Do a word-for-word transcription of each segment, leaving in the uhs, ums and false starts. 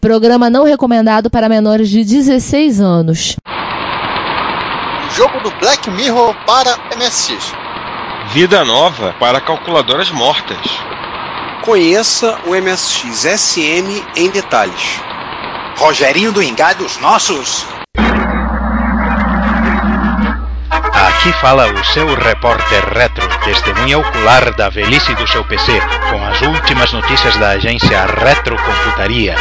Programa não recomendado para menores de dezesseis anos. Jogo do Black Mirror para M S X. Vida nova para calculadoras mortas. Conheça o M S X S M em detalhes. Rogerinho do Engai dos Nossos. Aqui fala o seu repórter retro, testemunha ocular da velhice do seu P C, com as últimas notícias da agência Retrocomputaria.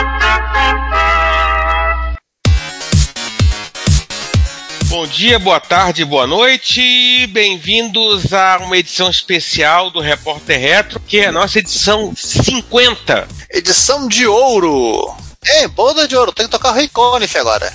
Bom dia, boa tarde, boa noite, bem-vindos a uma edição especial do Repórter Retro, que é a nossa edição cinquenta. Edição de ouro. Ei, boda de ouro, tem que tocar o Rei Conif agora.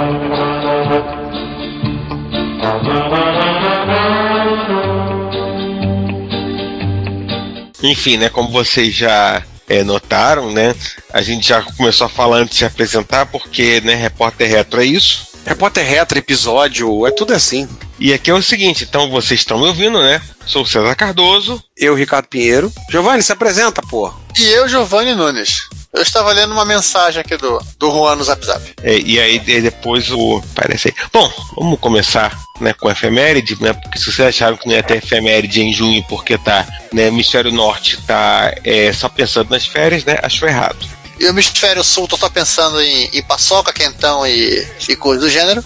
Enfim, né, como vocês já é, notaram, né, a gente já começou a falar antes de se apresentar, porque, né, Repórter Retro é isso. Repórter Retro, episódio, é tudo assim. E aqui é o seguinte, então vocês estão me ouvindo, né? Sou o César Cardoso. Eu, Ricardo Pinheiro. Giovanni, se apresenta, pô. E eu, Giovanni Nunes. Eu estava lendo uma mensagem aqui do, do Juan no Zap Zap. É, e aí depois o... Parece aí. Bom, vamos começar, né, com efeméride, né? Porque se vocês acharam que não ia ter efeméride em junho porque tá, né, Hemisfério Norte tá é, só pensando nas férias, né? Achou errado. E o Hemisfério Sul tô, tô pensando em, em paçoca, quentão e, e coisa do gênero.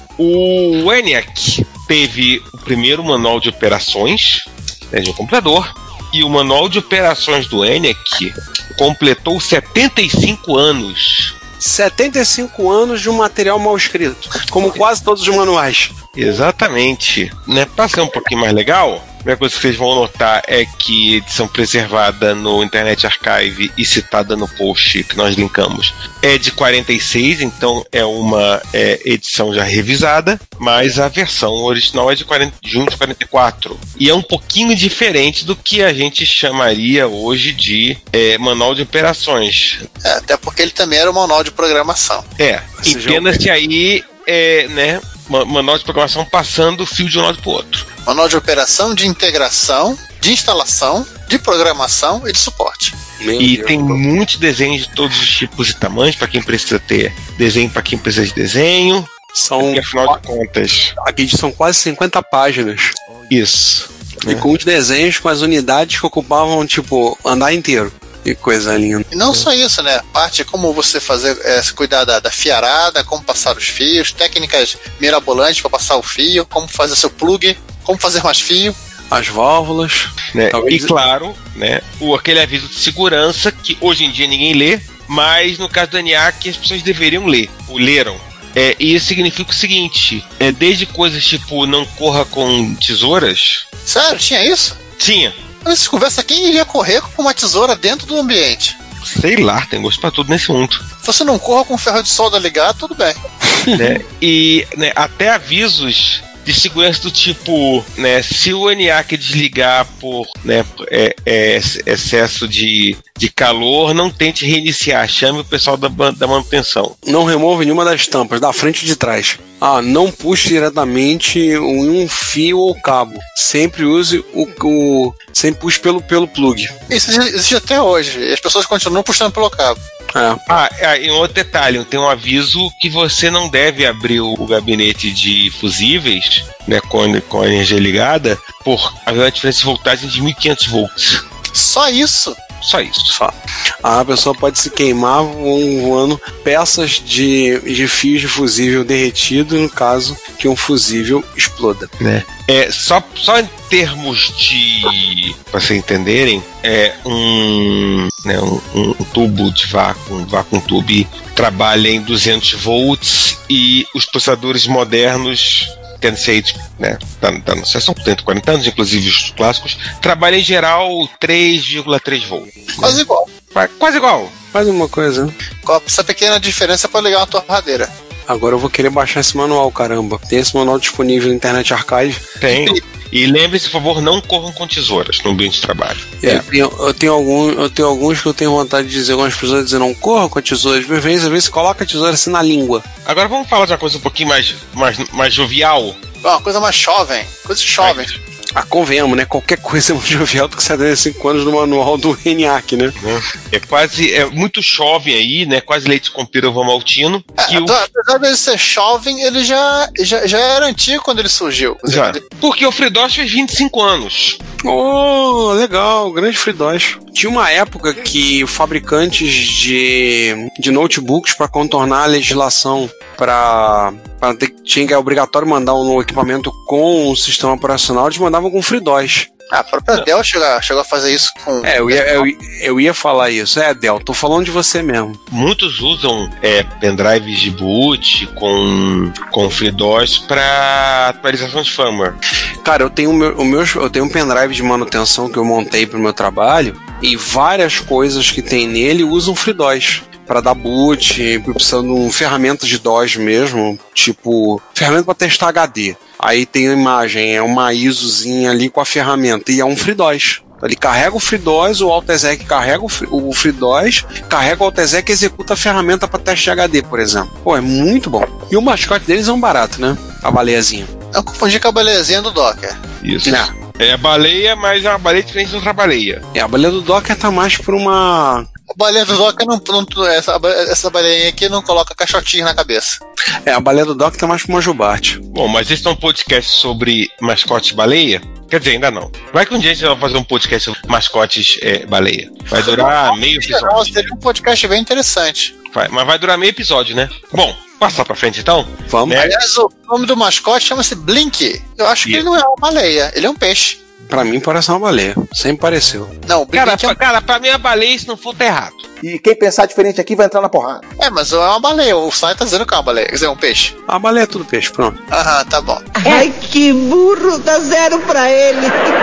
O ENIAC teve o primeiro manual de operações, né, de um computador, e o manual de operações do ENIAC completou setenta e cinco anos. setenta e cinco anos de um material mal escrito, como quase todos os manuais. Exatamente. Né, para ser um pouquinho mais legal, a primeira coisa que vocês vão notar é que edição preservada no Internet Archive e citada no post que nós linkamos é de quarenta e seis, então é uma é, edição já revisada, mas a versão original é de quarenta, junho de quarenta e quatro. E é um pouquinho diferente do que a gente chamaria hoje de é, manual de operações. É, até porque ele também era um manual de programação. É, entenda-se aí, é, né, manual de programação passando o fio de um lado para o outro. Manual de operação, de integração, de instalação, de programação e de suporte. Meu e Deus tem Deus. Muitos desenhos de todos os tipos e tamanhos para quem precisa ter desenho, para quem precisa de desenho. São, porque, afinal de contas, aqui são quase cinquenta páginas. Isso. E né? Com os desenhos, com as unidades que ocupavam, tipo, andar inteiro. Que coisa linda. E não só isso, né? Parte como você fazer, é, se cuidar da, da fiarada, como passar os fios, técnicas mirabolantes para passar o fio, como fazer seu plug, como fazer mais fio. As válvulas. Né? Talvez... E claro, né, o, aquele aviso de segurança que hoje em dia ninguém lê, mas no caso do ENIAC as pessoas deveriam ler, ou leram. É, e isso significa o seguinte, é, desde coisas tipo não corra com tesouras. Sério? Tinha isso? Tinha. Mas se conversa, quem iria correr com uma tesoura dentro do ambiente? Sei lá, tem gosto pra tudo nesse mundo. Se você não corra com o ferro de solda ligado, tudo bem. Né? E né, até avisos de segurança do tipo, né, se o ENIAC desligar por né, é, é, excesso de, de calor, não tente reiniciar, chame o pessoal da, da manutenção. Não remova nenhuma das tampas, da frente e de trás. Ah, não puxe diretamente um fio ou cabo. Sempre use o... o sempre puxe pelo, pelo plug. Isso existe até hoje. E as pessoas continuam puxando pelo cabo. É. Ah, e um outro detalhe, tem um aviso que você não deve abrir o, o gabinete de fusíveis, né, com, com a energia ligada, por haver uma diferença de voltagem de mil e quinhentos volts. Só isso? Só isso. Só. A pessoa pode se queimar voando peças de, de fios de fusível derretido, no caso que um fusível exploda. Né? É, só, só em termos de, para vocês entenderem, é um, né, um, um tubo de vácuo, um vácuo tube trabalha em duzentos volts e os processadores modernos tendo sido, né, da, da nossa são cento e quarenta anos, inclusive os clássicos, trabalha em geral três vírgula três volts. Quase né? igual. Quase igual. Quase uma coisa. Com essa pequena diferença para ligar uma torradeira. Agora eu vou querer baixar esse manual, caramba. Tem esse manual disponível no Internet Archive? Tem. E lembre-se, por favor, não corram com tesouras no ambiente de trabalho. É. Eu, tenho, eu, tenho algum, eu tenho alguns que eu tenho vontade de dizer, algumas pessoas dizem não corram com tesouras. Às vezes, às vezes coloca a tesoura assim na língua. Agora vamos falar de uma coisa um pouquinho mais, mais, mais jovial. Uma coisa mais jovem. Coisa jovem. Ah, convenhamos, né? Qualquer coisa é mais jovial do que setenta e cinco anos no manual do ENIAC, né? É quase, é muito jovem aí, né? Quase leite com pera maltino. É, que o... Apesar dele ser jovem, ele já, já, já era antigo quando ele surgiu. Já. Porque o FreeDOS fez vinte e cinco anos. Oh, legal, grande FreeDOS. Tinha uma época que fabricantes de, de notebooks, para contornar a legislação, para tinha que é obrigatório mandar um equipamento com um sistema operacional, eles mandavam com FreeDOS. A própria Não. Dell chegou, chegou a fazer isso com... É, eu ia, eu, eu ia falar isso. É, Dell, tô falando de você mesmo. Muitos usam é, pendrives de boot com, com FreeDOS para atualização de firmware. Cara, eu tenho, meu, o meu, eu tenho um pendrive de manutenção que eu montei pro meu trabalho e várias coisas que tem nele usam FreeDOS. Para dar boot, precisando de ferramentas de DOS mesmo, tipo, ferramenta para testar H D. Aí tem a imagem, é uma ISOzinha ali com a ferramenta, e é um FreeDOS. Ele carrega o FreeDOS, o AltExec carrega o FreeDOS, carrega o AltExec e executa a ferramenta para teste de H D, por exemplo. Pô, é muito bom. E o mascote deles é um barato, né? A baleiazinha. Eu confundi com a baleiazinha do Docker. Isso. É. É baleia, mas é uma baleia diferente de outra baleia. É, a baleia do Docker tá mais por uma... A baleia do Docker não, não essa, essa baleinha aqui não coloca caixotinho na cabeça. É, a baleia do Docker tá mais por uma jubarte. Bom, mas esse é um podcast sobre mascotes baleia? Quer dizer, ainda não. Vai que um dia a gente vai fazer um podcast sobre mascotes é, baleia. Vai durar meio episódio. Seria um podcast bem interessante. Vai, mas vai durar meio episódio, né? Bom, passar pra frente então? Vamos. Né? Aliás, o nome do mascote chama-se Blink. Eu acho que yeah. ele não é uma baleia, ele é um peixe. Pra mim parece uma baleia. Sempre pareceu. Não, cara, é um... cara, pra mim a baleia, se não for, tá errado. E quem pensar diferente aqui vai entrar na porrada. É, mas é uma baleia. O site tá dizendo que é uma baleia. Quer dizer, é um peixe. A baleia é tudo peixe, pronto. Aham, tá bom. Ai, que burro. Dá zero pra ele.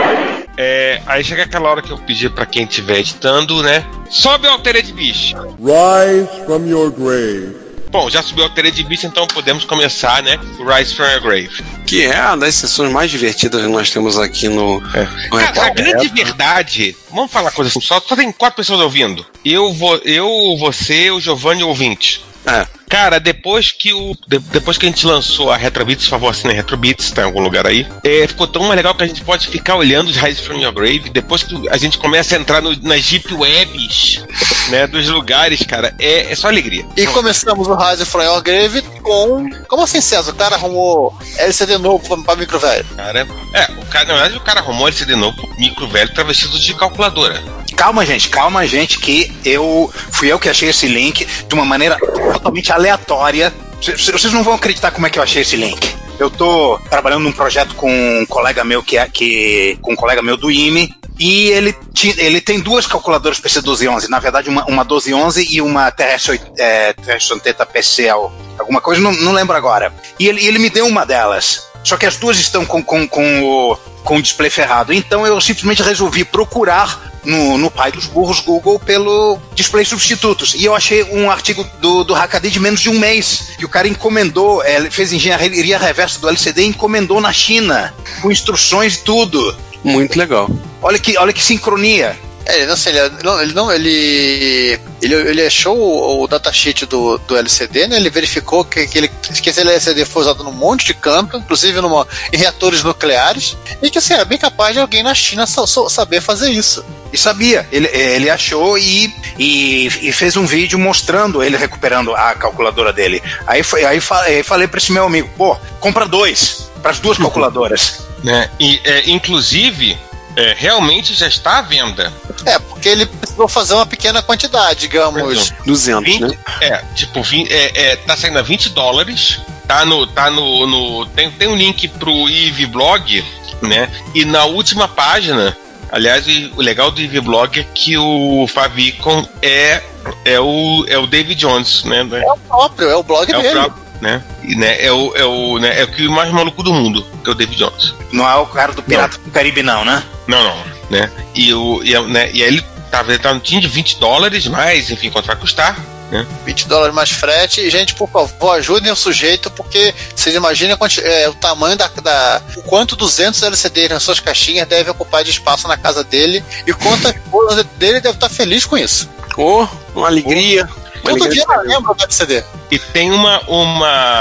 É, aí chega aquela hora que eu pedi pra quem estiver editando, né? Sobe o Altered Beast. Rise from your grave. Bom, já subiu o Altered Beast, então podemos começar, né? O Rise from Your Grave. Que é uma das sessões mais divertidas que nós temos aqui no... É. no Cara, a grande verdade... Vamos falar coisa assim, só, só tem quatro pessoas ouvindo. Eu, vou, eu você, o Giovanni e o ouvinte. É. Cara, depois que o de, depois que a gente lançou a Retrobits, por favor, assine a Retrobits, tá em algum lugar aí, é, ficou tão mais legal que a gente pode ficar olhando os Rise from Your Grave. Depois que a gente começa a entrar no, nas Deep Webs, né, dos lugares, cara, é, é só alegria. E começamos o Rise from Your Grave com... Como assim, César? O cara arrumou L C D novo pra, pra micro velho? Cara, é, o cara, na verdade, o cara arrumou L C D novo pro micro velho travestido de calculadora. Calma, gente, calma, gente, que eu fui eu que achei esse link de uma maneira totalmente aleatória. Vocês não vão acreditar como é que eu achei esse link. Eu tô trabalhando num projeto com um colega meu que é que com um colega meu do I M E e ele, ti, ele tem duas calculadoras P C doze onze, na verdade uma, uma doze onze e uma T R S oitenta P C L, alguma coisa, não, não lembro agora. E ele, ele me deu uma delas, só que as duas estão com, com, com, o, com o display ferrado, então eu simplesmente resolvi procurar No, no pai dos burros Google pelo display substitutos. E eu achei um artigo do, do Hackaday de menos de um mês. E o cara encomendou, ele fez engenharia reversa do L C D e encomendou na China, com instruções e tudo. Muito legal. Olha que, olha que sincronia. É, ele não sei, ele não, ele, não, ele, ele, ele achou o, o datasheet do, do L C D, né? Ele verificou que, que, ele, que esse L C D foi usado num monte de campo, inclusive numa, em reatores nucleares, e que assim, era bem capaz de alguém na China so, so, saber fazer isso. E sabia, ele, ele achou e, e, e fez um vídeo mostrando ele recuperando a calculadora dele. Aí, foi, aí, aí falei para esse meu amigo, pô, compra dois, para as duas calculadoras. Né? E, é, inclusive, é, realmente já está à venda. É, porque ele precisou fazer uma pequena quantidade, digamos. duzentos, vinte, né? É, tipo, vinte, é, é, tá saindo a vinte dólares, tá no... Tá no, no tem, tem um link pro I V Blog, né? E na última página... Aliás, o legal do I V Blog é que o Favicon é, é, o, é o David Jones, né? É o próprio, é o blog é dele. O próprio, né? E, né, é, o, é, o, né, é o que o mais maluco do mundo, que é o David Jones. Não é o cara do Pirata do Caribe, não, né? Não, não. Né? E, o, e, né, e aí ele tava, ele tava no time de vinte dólares, mas, enfim, quanto vai custar? Né? vinte dólares mais frete. E, gente, por favor, ajudem o sujeito, porque vocês imaginam é, o tamanho da, da. O quanto duzentos L C Ds nas suas caixinhas deve ocupar de espaço na casa dele e quanto a esposa dele deve estar feliz com isso. Oh, uma alegria. Todo dia ela lembra do L C D. E tem uma, uma,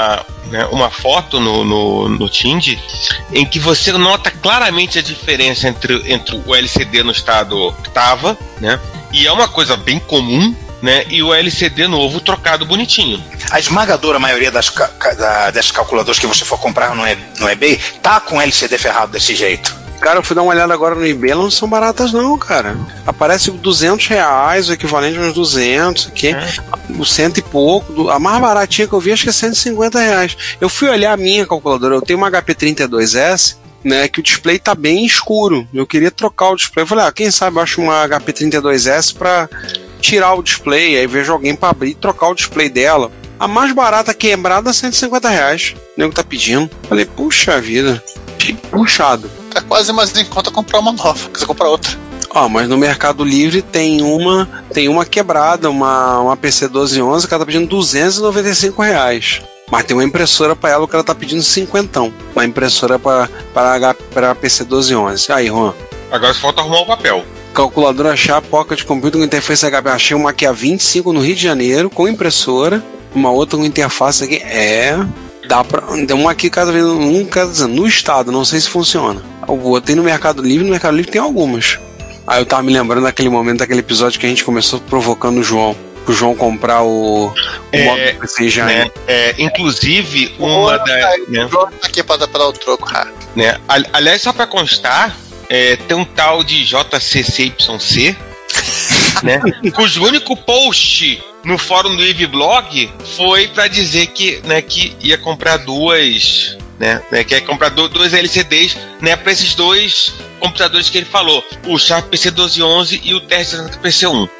né, uma foto no, no, no Tind em que você nota claramente a diferença entre, entre o L C D no estado que estava, né, e é uma coisa bem comum, né, e o L C D novo trocado bonitinho. A esmagadora maioria das, da, das calculadoras que você for comprar no, no eBay tá com L C D ferrado desse jeito. Cara, eu fui dar uma olhada agora no eBay, elas não são baratas não, cara. Aparece duzentos reais, o equivalente a uns duzentos, aqui, é. cento e pouco. A mais baratinha que eu vi acho que é cento e cinquenta reais. Eu fui olhar a minha calculadora, eu tenho uma H P trinta e dois S, né, que o display tá bem escuro. Eu queria trocar o display. Eu falei, ah, quem sabe eu acho uma H P trinta e dois S pra tirar o display, aí vejo alguém pra abrir e trocar o display dela. A mais barata quebrada é cento e cinquenta reais. O nego tá pedindo. Falei, puxa vida, puxado. Tá quase mais em conta comprar uma nova, que você comprar outra. Ó, oh, mas no Mercado Livre tem uma tem uma quebrada, uma, uma P C doze onze que ela tá pedindo duzentos e noventa e cinco reais. Mas tem uma impressora para ela que ela tá pedindo cinquentão. Uma impressora para P C doze onze. Aí, Juan. Agora só falta arrumar o papel. Calculadora Sharp Pocket Computer com interface H P. Achei uma aqui a vinte e cinco no Rio de Janeiro, com impressora. Uma outra com interface aqui. É... Dá pra... Tem uma aqui cada vez um, cada vez no estado, não sei se funciona. Eu botei no Mercado Livre, no Mercado Livre tem algumas. Aí eu tava me lembrando daquele momento, daquele episódio que a gente começou provocando o João. O João comprar o, o é, modo P C já. Né, é, inclusive, uma da. O João tá aqui pra dar, pra dar o troco, cara. Né, aliás, só pra constar, é, tem um tal de J C C Y C, né, cujo único post no fórum do Eveblog foi pra dizer que, né, que ia comprar duas. Né, né, que é comprar dois L C Ds, né, para esses dois computadores que ele falou, o Sharp P C doze onze e o T R sessenta P C um.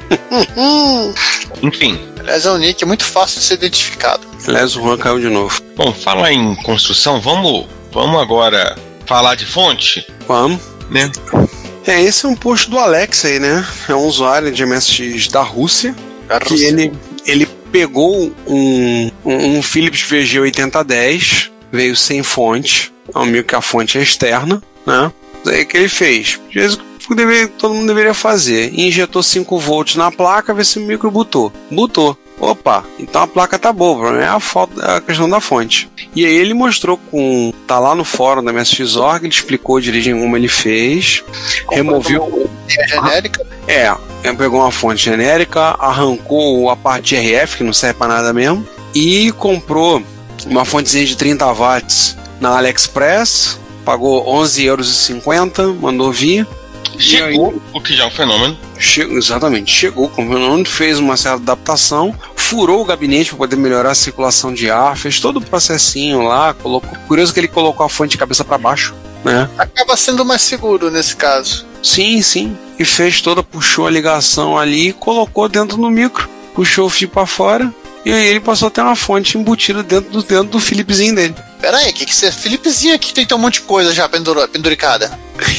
Enfim. Aliás, é um nick muito fácil de ser identificado. Aliás, o Juan caiu de novo. Bom, falar em construção, vamos, vamos agora falar de fonte? Vamos. Né? É, esse é um post do Alex aí, né? É um usuário de M S X da Rússia. Da que Rússia. ele, ele pegou um, um, um Philips V G oitenta dez, veio sem fonte, é um meio que a fonte é externa, né? Aí que ele fez, que deve, todo mundo deveria fazer, injetou cinco volts na placa, ver se o micro botou. Botou. Opa, então a placa tá boa, o problema é a, falta, a questão da fonte. E aí ele mostrou com, tá lá no fórum da M S X Org, ele explicou direitinho como ele fez, removeu a genérica. É, ele pegou uma fonte genérica, arrancou a parte de R F, que não serve pra nada mesmo, e comprou uma fontezinha de trinta watts na AliExpress, pagou onze euros e cinquenta, mandou vir. Chegou, aí, o que já é um fenômeno. Che- exatamente, chegou com o fenômeno, fez uma certa adaptação, furou o gabinete para poder melhorar a circulação de ar, fez todo o processinho lá, colocou. Curioso que ele colocou a fonte de cabeça para baixo, né? Acaba sendo mais seguro nesse caso. Sim, sim. E fez toda, puxou a ligação ali e colocou dentro do micro, puxou o fio para fora. E aí ele passou a ter uma fonte embutida dentro do, dentro do Philipzinho dele. Pera aí, que que você... Felipezinho aqui tem um monte de coisa já pendura, penduricada.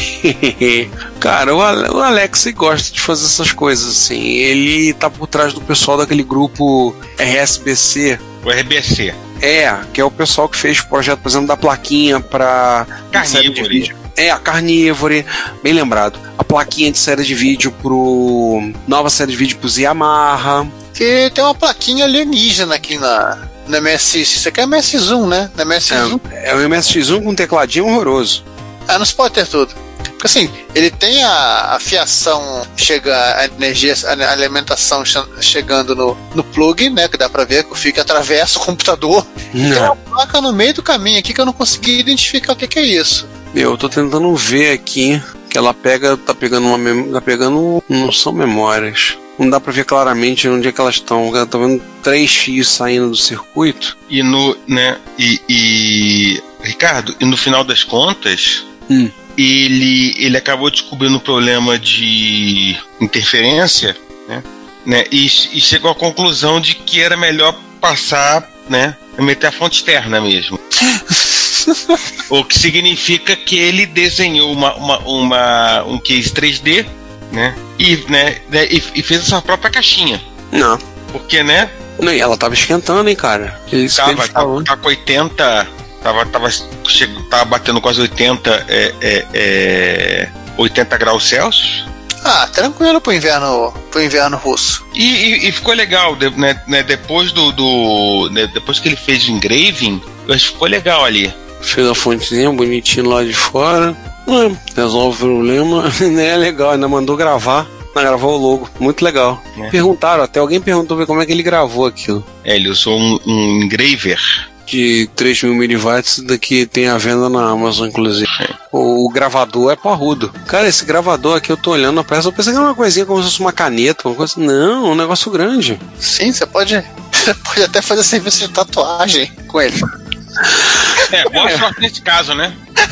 Cara, o, Ale, o Alex gosta de fazer essas coisas assim. Ele tá por trás do pessoal daquele grupo R S B C. O R B C. É, que é o pessoal que fez o projeto, por exemplo, da plaquinha pra... Carnívore. É, a Carnívore, bem lembrado. A plaquinha de série de vídeo pro... Nova série de vídeo pro Yamaha. Que tem uma plaquinha alienígena aqui na, na M S X. Isso aqui é M S X um, né? Na M S X um. É, é o M S X um com um tecladinho horroroso. Ah, não se pode ter tudo. Porque assim, ele tem a, a fiação, chega a energia, a alimentação chegando no, no plug, né? Que dá pra ver que o fio que atravessa o computador. Não. Tem uma placa no meio do caminho aqui que eu não consegui identificar o que, que é isso. Eu tô tentando ver aqui que ela pega, tá pegando uma mem- tá pegando, não são memórias. Não dá pra ver claramente onde é que elas estão. Eu tô vendo três fios saindo do circuito. E no, né, e, e Ricardo, e no final das contas, hum. ele, ele acabou descobrindo um problema de interferência, né, né, e, e chegou à conclusão de que era melhor passar, né, meter a fonte externa mesmo. O que significa que ele desenhou uma, uma, uma, um case três D, né? E, né, né, e, e fez a sua própria caixinha. Não. Porque, né? Não, e ela tava esquentando, hein, cara? Isso tava, que ele tava, falou. tava com oitenta. Tava, tava, chego, tava batendo quase oitenta, é, é, é, oitenta graus Celsius. Ah, tranquilo pro inverno, pro inverno russo. E, e, e ficou legal, né, né, depois do, do né, depois que ele fez o engraving, eu acho que ficou legal ali. Fez a fontezinha bonitinho lá de fora, é, resolve o problema, né? É legal, ainda mandou gravar, gravou o logo, muito legal. É. Perguntaram, até alguém perguntou como é que ele gravou aquilo. É, ele usou um, um engraver de três mil miliwatts, daqui tem a venda na Amazon, inclusive. É. O, o gravador é parrudo. Cara, esse gravador aqui, eu tô olhando a peça, eu pensei que era uma coisinha como se fosse uma caneta, uma coisa. Não, é um negócio grande. Sim, você pode, você pode até fazer serviço de tatuagem com ele. É, boa é. sorte nesse caso, né?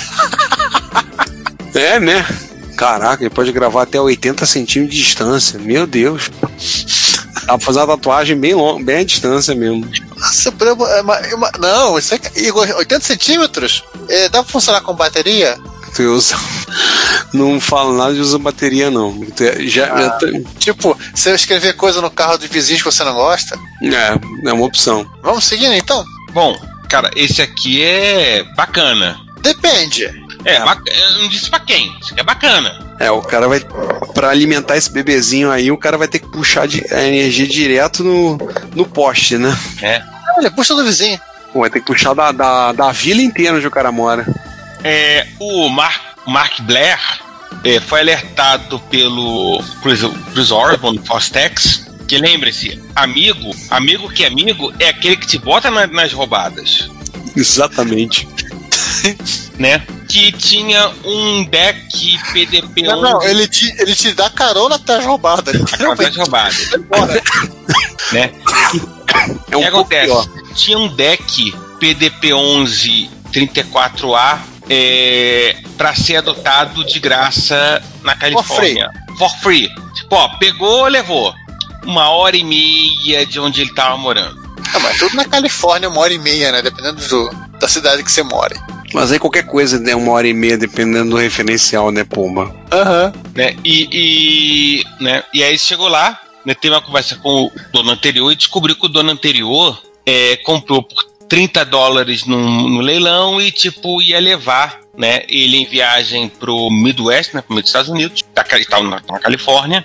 É, né? Caraca, ele pode gravar até oitenta centímetros de distância. Meu Deus. Dá pra fazer uma tatuagem bem longa, bem à distância mesmo. Nossa, é uma, é uma, não, isso é oitenta centímetros? É, dá pra funcionar com bateria? Tu usa. Não falo nada de usar bateria, não. Já, ah, já tá... Tipo, se eu escrever coisa no carro do vizinho que você não gosta? É, é uma opção. Vamos seguindo então? Bom, cara, esse aqui é bacana. Depende. É, bacana, eu não disse pra quem, isso aqui é bacana. É, o cara vai, pra alimentar esse bebezinho aí, o cara vai ter que puxar de, a energia direto no, no poste, né? É. Olha, puxa do vizinho. Vai ter que puxar da, da, da vila inteira onde o cara mora. É, o Mark, Mark Blair é, foi alertado pelo Chris, Chris Osborne, Fostex, que lembre-se, amigo, amigo que é amigo é aquele que te bota na, nas roubadas. Exatamente. Né? Que tinha um deck P D P Não, não, ele te, ele te dá carona até as roubadas. Até as roubadas. Né? É um o que acontece? Pior. Tinha um deck P D P onze trinta e quatro A é, para ser adotado de graça na Califórnia. For free. For free. Tipo, ó, pegou, levou. Uma hora e meia de onde ele tava morando. Ah, mas tudo na Califórnia, uma hora e meia, né? Dependendo do, da cidade que você mora. Mas aí qualquer coisa é uma hora e meia, dependendo do referencial, né, Puma? Aham. Uhum. Né? E, e, né? e aí chegou lá, né, teve uma conversa com o dono anterior e descobriu que o dono anterior é, comprou por trinta dólares no, no leilão e, tipo, ia levar, né, ele em viagem pro Midwest, né, pro meio dos Estados Unidos, estava na, na Califórnia,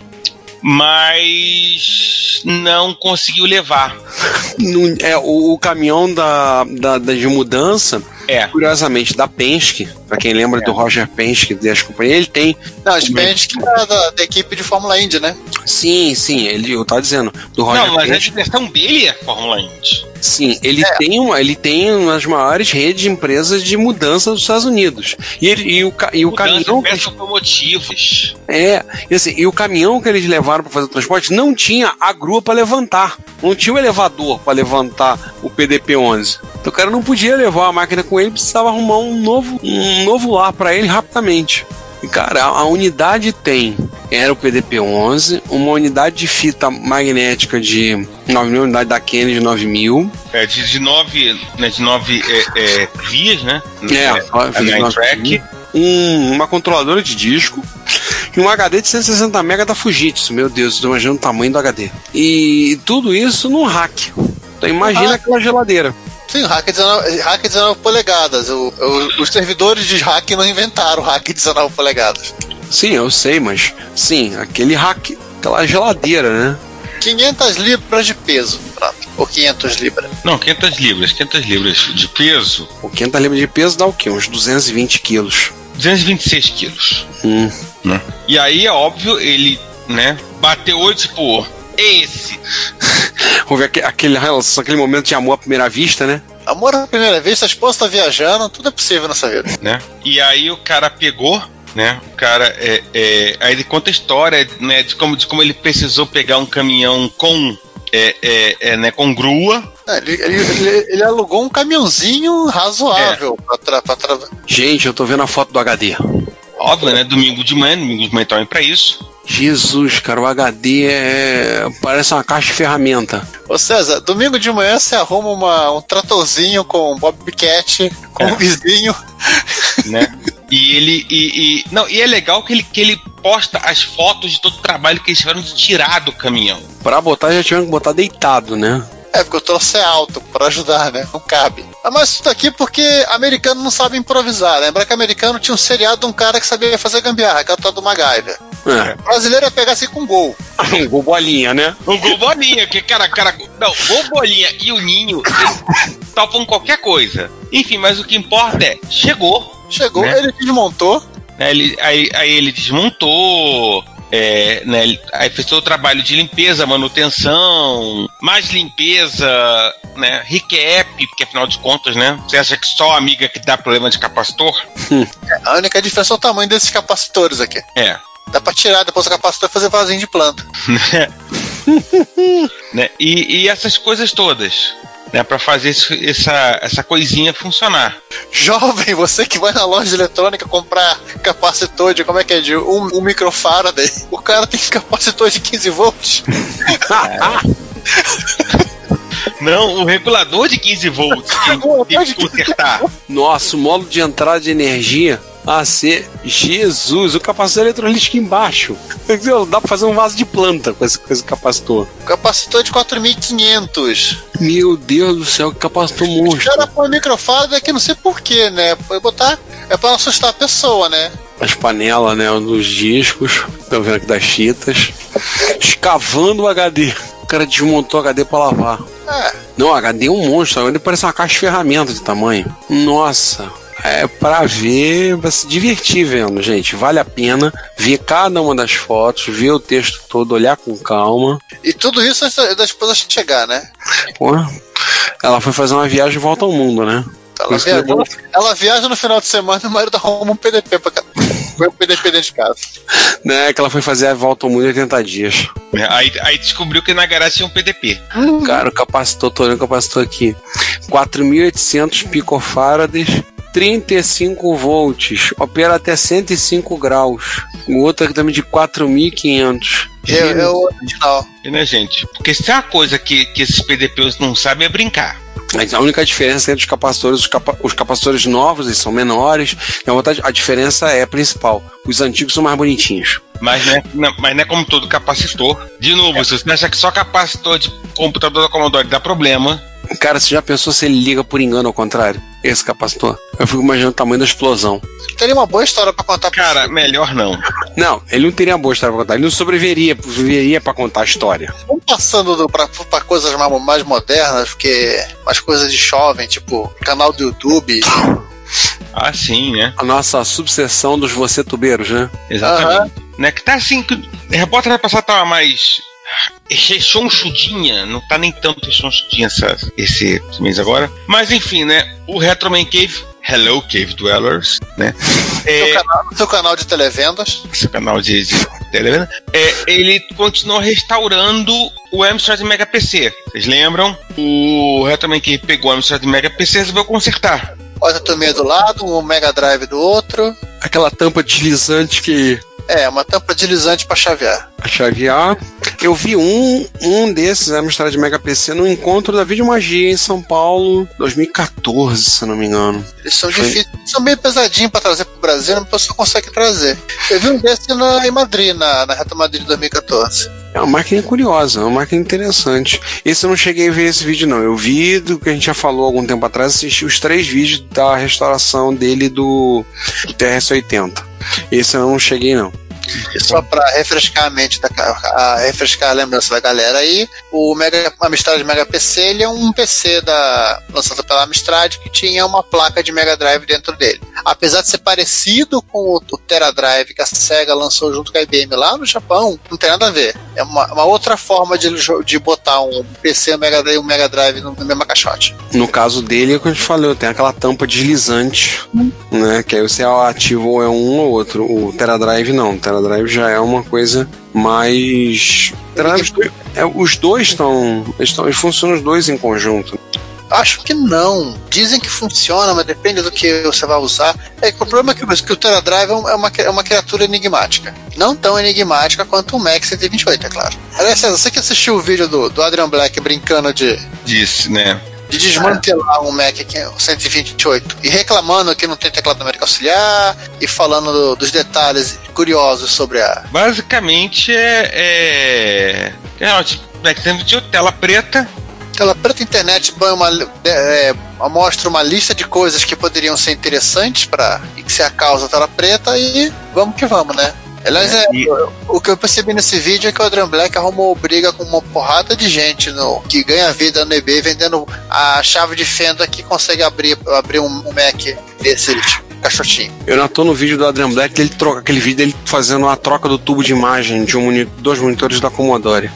mas não conseguiu levar. No, é, o, o caminhão da, da, da de mudança, é. Curiosamente, da Penske, pra quem lembra é. do Roger Penske das companhias, ele tem... Não, o Penske é da, da equipe de Fórmula Indy, né? Sim, sim, ele, eu tava dizendo, do Roger Não, mas Penske. a diversão dele é Fórmula Indy. Sim, ele, é. tem uma, ele tem uma das maiores redes de empresas de mudança dos Estados Unidos. E, ele, e o, e o caminhão... Peças automotivas. É, e, assim, e o caminhão que eles levaram para fazer o transporte não tinha a grua para levantar. Não tinha o elevador para levantar o P D P onze. Então o cara não podia levar a máquina com ele, precisava arrumar um novo, um novo lar para ele rapidamente. E, cara, a, a unidade tem, era o P D P onze, uma unidade de fita magnética de nove mil, unidade da Kennedy de nove mil. É, de, de nove, né, de nove é, é, vias, né? É, a Nine Track. Um, uma controladora de disco e um H D de cento e sessenta megabytes da Fujitsu. Meu Deus, estou imaginando o tamanho do H D. E tudo isso num rack. Então imagina aquela geladeira. Sim, hack dezenove, hack dezenove polegadas. O, o, os servidores de hack não inventaram o hack dezenove polegadas. Sim, eu sei, mas sim, aquele hack, aquela geladeira, né? quinhentas libras de peso, pronto. Ou quinhentas libras. Não, quinhentas libras. quinhentas libras de peso. O quinhentas libras de peso dá o quê? Uns duzentos e vinte quilos. duzentos e vinte e seis quilos. Hum. Né? E aí, é óbvio, ele, né, bateu o tipo, esse. Houve aquele, aquele, aquele momento de amor à primeira vista, né? Amor à primeira vista, a esposa tá viajando, tudo é possível nessa vida. Né? E aí o cara pegou, né? O cara, é, é, aí ele conta a história, né, de como, de como ele precisou pegar um caminhão com, é, é, é, né, com grua. Ele, ele, ele, ele alugou um caminhãozinho razoável é. pra, tra, pra tra... Gente, eu tô vendo a foto do H D. Óbvio, né? Domingo de manhã, domingo de manhã também pra isso. Jesus, cara, o H D é... parece uma caixa de ferramenta. Ô César, domingo de manhã você arruma uma, um tratorzinho com um Bobcat, com é. um vizinho. Né? E ele... E, e, não, e é legal que ele, que ele posta as fotos de todo o trabalho que eles tiveram de tirar do caminhão. Pra botar, já tiveram que botar deitado, né? É, porque o troço é alto pra ajudar, né? Não cabe. Mas isso daqui porque americano não sabe improvisar. Lembra que americano tinha um seriado de um cara que sabia fazer gambiarra, que era o tal do MacGyver. É. O brasileiro ia pegar assim com gol. Um gol bolinha, né? Um gol bolinha, que cara, cara. Não, gol bolinha e o Ninho eles topam qualquer coisa. Enfim, mas o que importa é, chegou. Chegou, né? Ele desmontou. Ele, aí, aí ele desmontou. É, né, ele, aí fez todo o trabalho de limpeza, manutenção, mais limpeza, né, recap, porque afinal de contas, né, você acha que só a amiga que dá problema de capacitor? A única diferença é o tamanho desses capacitores aqui. É. Dá pra tirar depois o capacitor e fazer vasinho de planta. né, e, e essas coisas todas, né, pra fazer isso, essa, essa coisinha funcionar. Jovem, você que vai na loja de eletrônica comprar capacitor de, como é que é, de um, um microfaraday, o cara tem capacitor de quinze volts. Não, o regulador de quinze volts tem que consertar. Nossa, o módulo de entrada de energia A C, Jesus, o capacitor eletrolítico embaixo. Dá pra fazer um vaso de planta com esse, com esse capacitor. Capacitor de quatro mil e quinhentos. Meu Deus do céu, que capacitor monstro. O cara põe microfaraday aqui, não sei porquê, né? Foi botar, é pra não assustar a pessoa, né? As panelas, né, dos discos, estão vendo aqui das fitas. Escavando o H D. O cara desmontou o H D pra lavar. É. Não, o H D é um monstro, ele parece uma caixa de ferramenta de tamanho. Nossa, é pra ver, pra se divertir vendo, gente. Vale a pena ver cada uma das fotos, ver o texto todo, olhar com calma. E tudo isso antes da esposa chegar, né? Pô, ela foi fazer uma viagem de volta ao mundo, né? Ela viaja, ela, ela viaja no final de semana e o marido arruma um P D P pra cá. Foi um P D P dentro de casa. Né, que ela foi fazer a volta ao mundo em oitenta dias. Aí, aí descobriu que na garagem tinha um P D P. Cara, o capacitor, tô olhando o capacitor aqui. quatro mil e oitocentos picofarads, trinta e cinco volts, opera até cento e cinco graus. O outro aqui também de quatro mil e quinhentos. É, é o original. E, né, gente? Porque se tem uma coisa que, que esses P D Ps não sabem é brincar. A única diferença entre os capacitores, os, capa os capacitores novos, eles são menores. A, a diferença é a principal. Os antigos são mais bonitinhos. Mas não, é, não, mas não é como todo capacitor. De novo, é. Se você acha que só capacitor de computador da Commodore dá problema... Cara, você já pensou se ele liga por engano ao contrário? Esse capacitor? Eu fico imaginando o tamanho da explosão. Teria uma boa história pra contar pra Cara, você. melhor não. Não, ele não teria uma boa história pra contar. Ele não sobreviveria, sobreviveria pra contar a história. Vamos passando do, pra, pra coisas mais, mais modernas, porque mais coisas de jovem, tipo canal do YouTube. Ah, sim, né? A nossa subseção dos você tubeiros, né? Exatamente. Uhum. Né, que tá assim, que o repórter vai passar tava mais rechonchudinha, não tá nem tanto rechonchudinha essa, esse, esse mês agora. Mas enfim, né? O Retro Man Cave, Hello Cave Dwellers, né? É, seu, canal, seu canal de televendas. Seu canal de, de televendas. É, ele continuou restaurando o Amstrad Mega P C. Vocês lembram? O Retro Man Cave pegou o Amstrad Mega P C e resolveu consertar. Olha a turminha do lado, um Mega Drive do outro. Aquela tampa deslizante que... É, uma tampa deslizante pra chavear. A chavear. Eu vi um, um desses Amstrad Mega P C no encontro da Videomagia em São Paulo, dois mil e quatorze, se não me engano. Eles são Foi. difíceis, são meio pesadinhos pra trazer pro Brasil, mas a pessoa consegue trazer. Eu vi um desses na, em Madrid, na, na Retro Madrid de dois mil e quatorze. É uma máquina curiosa, é uma máquina interessante. Esse eu não cheguei a ver esse vídeo, não. Eu vi do que a gente já falou algum tempo atrás, assisti os três vídeos da restauração dele do, do T R S oitenta. Esse eu não cheguei, não. E só para refrescar a mente, da, a, refrescar a lembrança da galera aí, o Mega, Amstrad Mega P C, ele é um P C da, lançado pela Amstrad que tinha uma placa de Mega Drive dentro dele. Apesar de ser parecido com o, o Tera Drive que a Sega lançou junto com a I B M lá no Japão, não tem nada a ver. É uma, uma outra forma de, de botar um P C e um Mega Drive, um Mega Drive no, no mesmo caixote. No caso dele, é o que a gente falou, tem aquela tampa deslizante, hum. né, que aí você ativa ou é um ou outro. O Tera Drive não, o Tera Drive já é uma coisa mais... É, os dois estão... Eles, eles funcionam os dois em conjunto. Acho que não. Dizem que funciona, mas depende do que você vai usar. É que o problema é que, que o Tera Drive é uma, é uma criatura enigmática. Não tão enigmática quanto o Mac cento e vinte e oito, é claro. Aliás, você que assistiu o vídeo do, do Adrian Black brincando de... Disse, né? De desmantelar é. um Mac cento e vinte e oito e reclamando que não tem teclado numérico auxiliar e falando do, dos detalhes curiosos sobre a... Basicamente é... é... é tipo, Mac cento e vinte e oito, tela preta. Tela preta, internet põe uma... É, mostra uma lista de coisas que poderiam ser interessantes para que se a causa tela preta e vamos que vamos, né? Aliás, é, o que eu percebi nesse vídeo é que o Adrian Black arrumou briga com uma porrada de gente no, que ganha vida no eBay vendendo a chave de fenda que consegue abrir, abrir um, um Mac desse caixotinho. Eu não tô no vídeo do Adrian Black, ele troca aquele vídeo dele fazendo a troca do tubo de imagem de um moni- dois monitores da Commodore.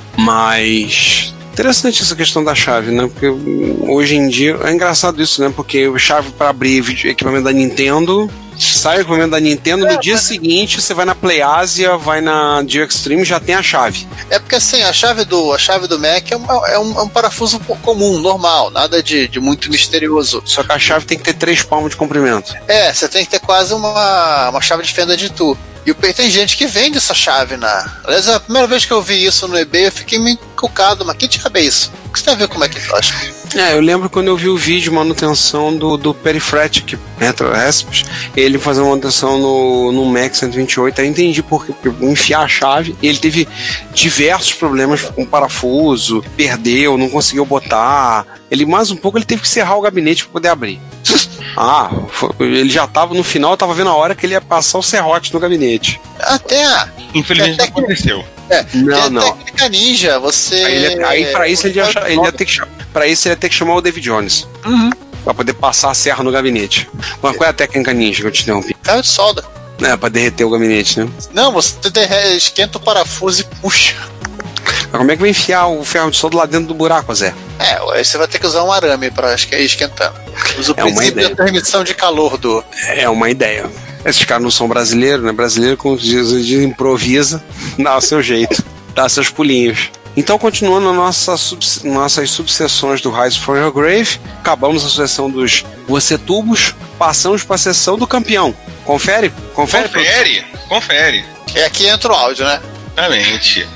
Mas interessante essa questão da chave, né? Porque hoje em dia é engraçado isso, né? Porque a chave para abrir vídeo, equipamento da Nintendo, sai o equipamento da Nintendo, no dia seguinte você vai na PlayAsia, vai na Dio Extreme, já tem a chave. É porque assim, a chave do, a chave do Mac é um, é um, é um parafuso comum, normal, nada de, de muito misterioso. Só que a chave tem que ter três palmos de comprimento. É, você tem que ter quase uma, uma chave de fenda de tu. E tem gente que vende essa chave na... Aliás, a primeira vez que eu vi isso no eBay, eu fiquei meio encucado, mas que diabo é isso? O que você tem a ver como é que eu acho? É, eu lembro quando eu vi o vídeo de manutenção do, do Perifratic RetroRecipes, ele fazendo manutenção no, no Mac cento e vinte e oito, aí eu entendi porque, porque enfiar a chave, ele teve diversos problemas com o parafuso, perdeu, não conseguiu botar, ele mais um pouco ele teve que serrar o gabinete para poder abrir. Ah, foi, ele já tava no final, eu tava vendo a hora que ele ia passar o serrote no gabinete. Até a... Infelizmente não aconteceu. É, não, tem não. a técnica ninja, você... Aí, ele, aí pra isso ele ia, ele ia ter que pra isso ele ia ter que chamar o David Jones. Uhum. Pra poder passar a serra no gabinete. Mas qual é a técnica ninja que eu te interrompi? Ferro de solda. É, pra derreter o gabinete, né? Não, você derre- esquenta o parafuso e puxa. Mas como é que vai enfiar o ferro de solda lá dentro do buraco, Zé? É, aí você vai ter que usar um arame pra ir esquentando. Usa o É uma princípio ideia. da transmissão de calor do... É uma ideia. Esses caras não são brasileiros, né? Brasileiro, como diz, diz, improvisa, dá o seu jeito, dá seus pulinhos. Então, continuando nossa subs- nossas subseções do Rise from Your Grave, acabamos a sucessão dos Você Tubos, passamos para a sessão do campeão. Confere? Confere? Confere, confere. É aqui entra o áudio, né? Exatamente.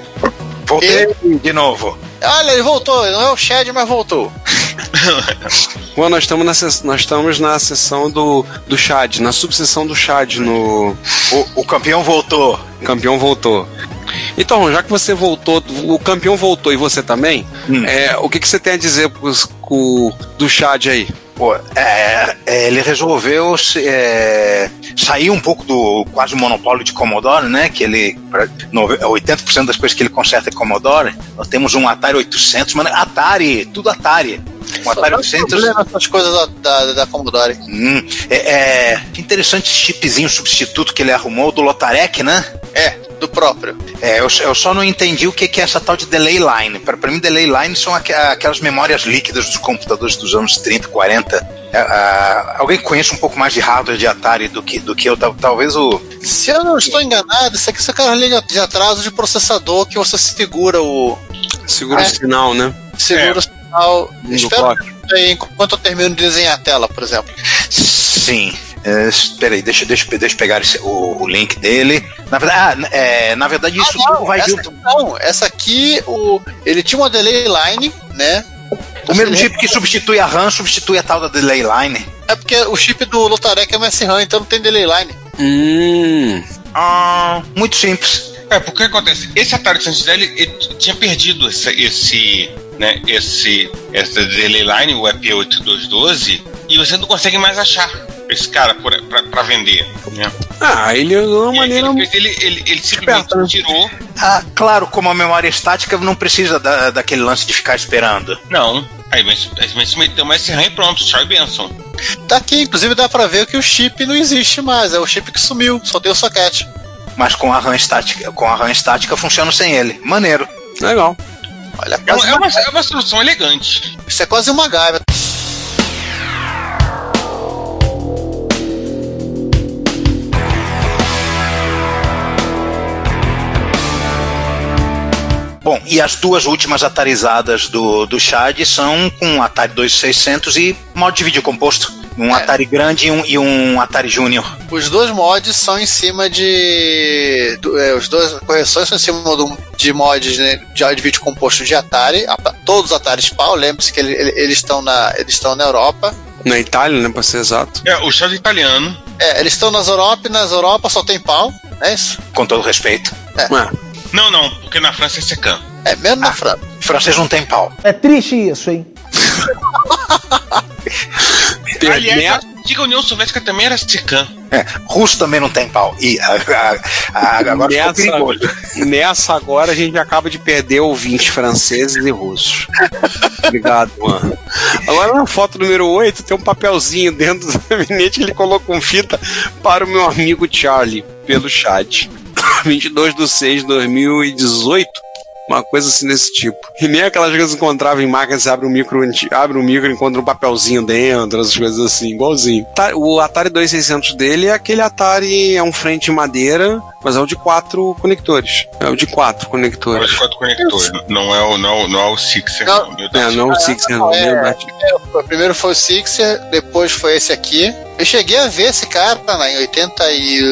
Voltei de novo. Olha, ele voltou, não é o Chad, mas voltou. Bom, nós estamos na, ses- nós estamos na sessão do, do Chad, na subseção do Chad no... O, o campeão voltou. O campeão voltou. Então, já que você voltou, o campeão voltou e você também, Hum. é, o que, que você tem a dizer pros, com, do Chad aí? Pô, é, é, ele resolveu se, é, sair um pouco do quase monopólio de Commodore, né? Que ele, pra, nove- oitenta por cento das coisas que ele conserta é Commodore. Nós temos um Atari oitocentos, mas Atari, tudo Atari. Um Atari oitocentos. Essas coisas da, da, da Commodore. Hum, é, é interessante esse chipzinho substituto que ele arrumou do Lotarec, né? É, do próprio. É, eu, eu só não entendi o que, que é essa tal de delay line. Pra, pra mim, delay line são aqu- aquelas memórias líquidas dos computadores dos anos trinta, quarenta. É, a- alguém que conhece um pouco mais de hardware de Atari do que, do que eu, tal- talvez o... Se eu não estou enganado, isso aqui é aquela linha de atraso de processador que você segura o... Segura É. o sinal, né? Segura É. o sinal... Do Espero clock. que enquanto eu termino de desenhar a tela, por exemplo. Sim. É, espera aí, deixa, deixa, deixa eu pegar esse- o, o link dele. Na verdade, ah, é, na verdade isso Ah, tudo não, vai essa, vir... não, essa aqui, o, ele tinha uma delay line, né? O mesmo chip que substitui a RAM, substitui a tal da delay line. É porque o chip do Lotarec é M S RAM, então não tem delay line. Hum... Ah, muito simples. É, porque o que acontece? Esse Atari oitocentos L ele tinha perdido esse, esse, né, esse, essa delay line, o E P oito dois um dois, e você não consegue mais achar esse cara por, pra, pra vender, né? Ah, ele é uma E aí, maneira... ele, fez, ele, ele, ele simplesmente Esperto, né? tirou. Ah, claro, como a memória estática não precisa da, daquele lance de ficar esperando. Não. Aí mas, mas se meteu uma S RAM e pronto, tchau e benção. Tá aqui, inclusive dá pra ver que o chip não existe mais, é o chip que sumiu, só tem o soquete. Mas com a RAM estática, com a RAM estática funciona sem ele. Maneiro. Legal. Olha, É, quase uma, é, uma, uma, é uma solução elegante. isso é quase uma gaiva. Bom, e as duas últimas atarizadas do, do Chad são com Atari dois mil e seiscentos e modo de vídeo composto. Um É. Atari grande e um, e um Atari Júnior. Os dois mods são em cima de. Do, é, os dois correções são em cima do, de mods, né, de, de vídeo composto de Atari. A, todos os Ataris pau, lembre-se que ele, ele, eles, estão na, eles estão na Europa. Na Itália, né, pra ser exato. É, o Chad italiano. É, eles estão nas Europa e nas Europa só tem pau, não é isso? Com todo respeito. Ué, Não, não, porque na França é secã. É, mesmo na Ah. França. Francês não tem pau. É triste isso, hein? per- Aliás, né? antiga União Soviética também era SICAM. É, russo também não tem pau. E a, a, a, agora ficou perigoso. Nessa agora a gente acaba de perder ouvintes franceses e russos. Obrigado, mano. Agora na foto número oito tem um papelzinho dentro do gabinete que ele colocou com fita para o meu amigo Charlie, pelo chat. vinte e dois de seis de dois mil e dezoito. Uma coisa assim desse tipo. E nem aquelas coisas que encontrava em máquinas, você abre um micro, abre um micro e encontra um papelzinho dentro, essas coisas assim, igualzinho. O Atari dois mil e seiscentos dele é aquele Atari, é um frente de madeira, mas é o de quatro conectores. É o de quatro conectores. É o de quatro conectores, não é o, não, não é o Sixer. Não, não, é, não é o Sixer, não. É, é, primeiro foi o Sixer, depois foi esse aqui. Eu cheguei a ver esse cara né, em oitenta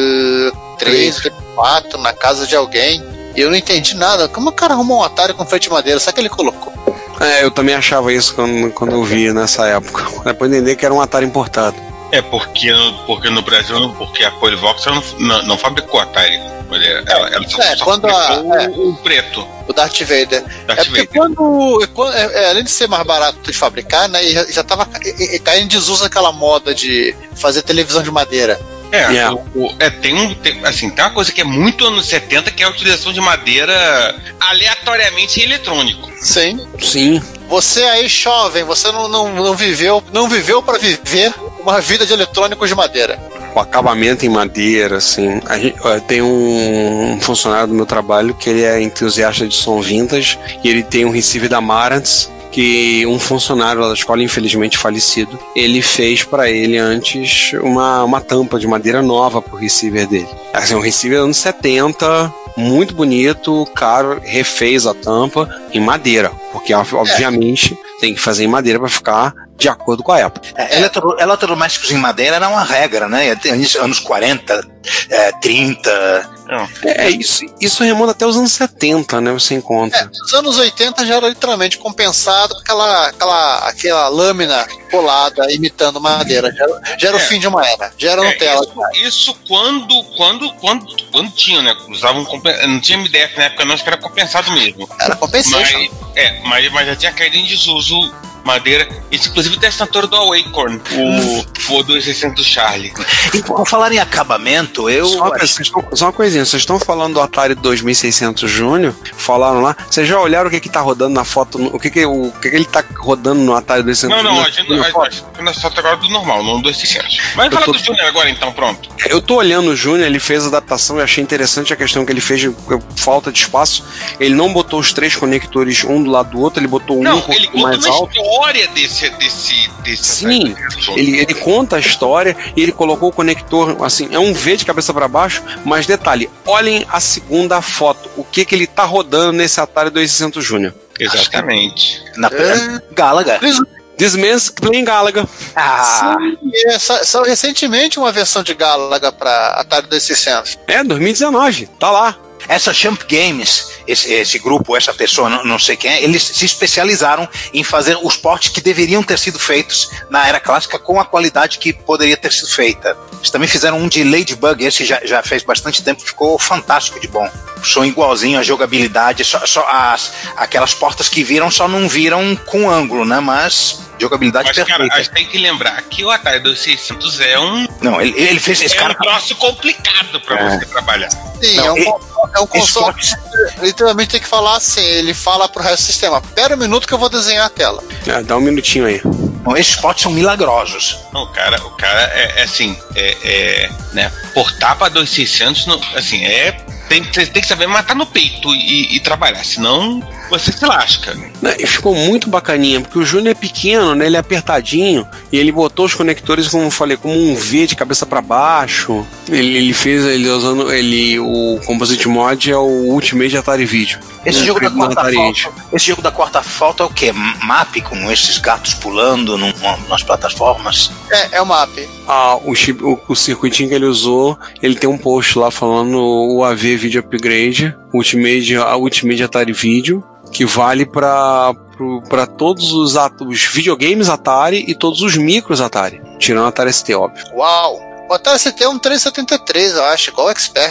e três, oitenta e quatro, na casa de alguém. E eu não entendi nada. Como o cara arrumou um Atari com frente de madeira? Só que ele colocou. É, eu também achava isso quando, quando eu vi nessa época. Depois de entender que era um Atari importado. É, porque no, porque no Brasil, porque a Polivox não, não, não fabricou Atari. Ela, ela só, é, só quando fabricou a, é, o preto. O Darth Vader. Darth é porque Vader. quando, quando é, além de ser mais barato de fabricar, né, já, já tava caindo em desuso aquela moda de fazer televisão de madeira. É, yeah. o, o, é tem, um, tem, assim, tem uma coisa que é muito anos setenta, que é a utilização de madeira aleatoriamente em eletrônico. Sim. Sim. Você aí, jovem, você não, não, não viveu não viveu para viver uma vida de eletrônicos de madeira. O acabamento em madeira, assim. A gente, ó, tem um, um funcionário do meu trabalho que ele é entusiasta de som vintage e ele tem um receiver da Marantz que um funcionário lá da escola, infelizmente falecido, ele fez pra ele antes uma, uma tampa de madeira nova pro receiver dele. Assim, um receiver dos anos setenta, muito bonito, caro, refez a tampa em madeira, porque obviamente é. tem que fazer em madeira pra ficar de acordo com a época. É, eletro, eletrodomésticos em madeira era uma regra, né? Anos quarenta, é, trinta... É, isso, isso remonta até os anos setenta, né? Você encontra. É, nos anos oitenta já era literalmente compensado com aquela, aquela, aquela lâmina colada imitando madeira. Já, já era é. o fim de uma era. Já era é, Nutella. Isso, isso quando, quando, quando, quando tinha, né? Usavam, não tinha M D F na época, não, acho que era compensado mesmo. Era compensation. Mas, é, mas, mas já tinha caído em desuso madeira. Isso, inclusive, tem a assinatura do Awacorn, o, o dois mil e seiscentos do Charlie. E por falar em acabamento, eu. Só, acho... estão, só uma coisinha, vocês estão falando do Atari dois mil e seiscentos Júnior, falaram lá, vocês já olharam o que que tá rodando na foto, o que que, o, o que, que ele tá rodando no Atari dois mil e seiscentos Não, não, Júnior? a gente, a, a, a, a, a foto agora do normal, não do dois mil e seiscentos. Mas fala tô... do Júnior agora, então, pronto. Eu tô olhando o Júnior, ele fez a adaptação e achei interessante a questão que ele fez de falta de espaço. Ele não botou os três conectores um do lado do outro, ele botou não, um um ele pouco mais alto. Não, ele conta uma história desse... desse, desse Sim, ele, ele conta a história e ele colocou o conector, assim, é um V de cabeça para baixo, mas detalhe, olhem a segunda foto, o que que ele tá rodando nesse Atari dois mil e seiscentos Júnior. Exatamente. Na é. Galaga. This man's playing Galaga. Ah. Sim, é, saiu recentemente uma versão de Galaga para Atari dois mil e seiscentos. É, dois mil e dezenove, tá lá. Essa Champ Games, esse, esse grupo, essa pessoa, não, não sei quem é, eles se especializaram em fazer os portes que deveriam ter sido feitos na era clássica com a qualidade que poderia ter sido feita. Eles também fizeram um de Ladybug, esse já, já fez bastante tempo, ficou fantástico de bom. Som igualzinho, a jogabilidade, só, só as, aquelas portas que viram só não viram com ângulo, né? Mas jogabilidade Mas, perfeita. Cara, a gente tem que lembrar que o Atari dois mil e seiscentos é um... Não, ele, ele fez esse é cara... um troço complicado pra é. você trabalhar. Sim, não, é um, ele, é um console que literalmente tem que falar assim, ele fala pro resto do sistema, pera um minuto que eu vou desenhar a tela. É, dá um minutinho aí. Bom, esses potes são milagrosos. Não, o cara, o cara é, é assim, é, é, né, portar pra dois mil e seiscentos, não, assim, é... Tem, tem que saber matar no peito e, e trabalhar, senão você se lasca. E ficou muito bacaninha, porque o Júnior é pequeno, né? Ele é apertadinho e ele botou os conectores, como eu falei, como um V de cabeça para baixo. Ele, ele fez, ele usando, ele, o Composite Mod é o Ultimate Atari Video. Esse jogo, da quarta falta, esse jogo da quarta falta é o quê? Map com esses gatos pulando num, nas plataformas? É, é o Map. Ah, o, chip, o, o circuitinho que ele usou, ele tem um post lá falando o A V Video Upgrade, Ultimate, a Ultimate Atari Video, que vale para para todos os, os videogames Atari e todos os micros Atari, tirando o Atari S T, óbvio. Uau! O Atari S T é um trezentos e setenta e três, eu acho, igual o Expert.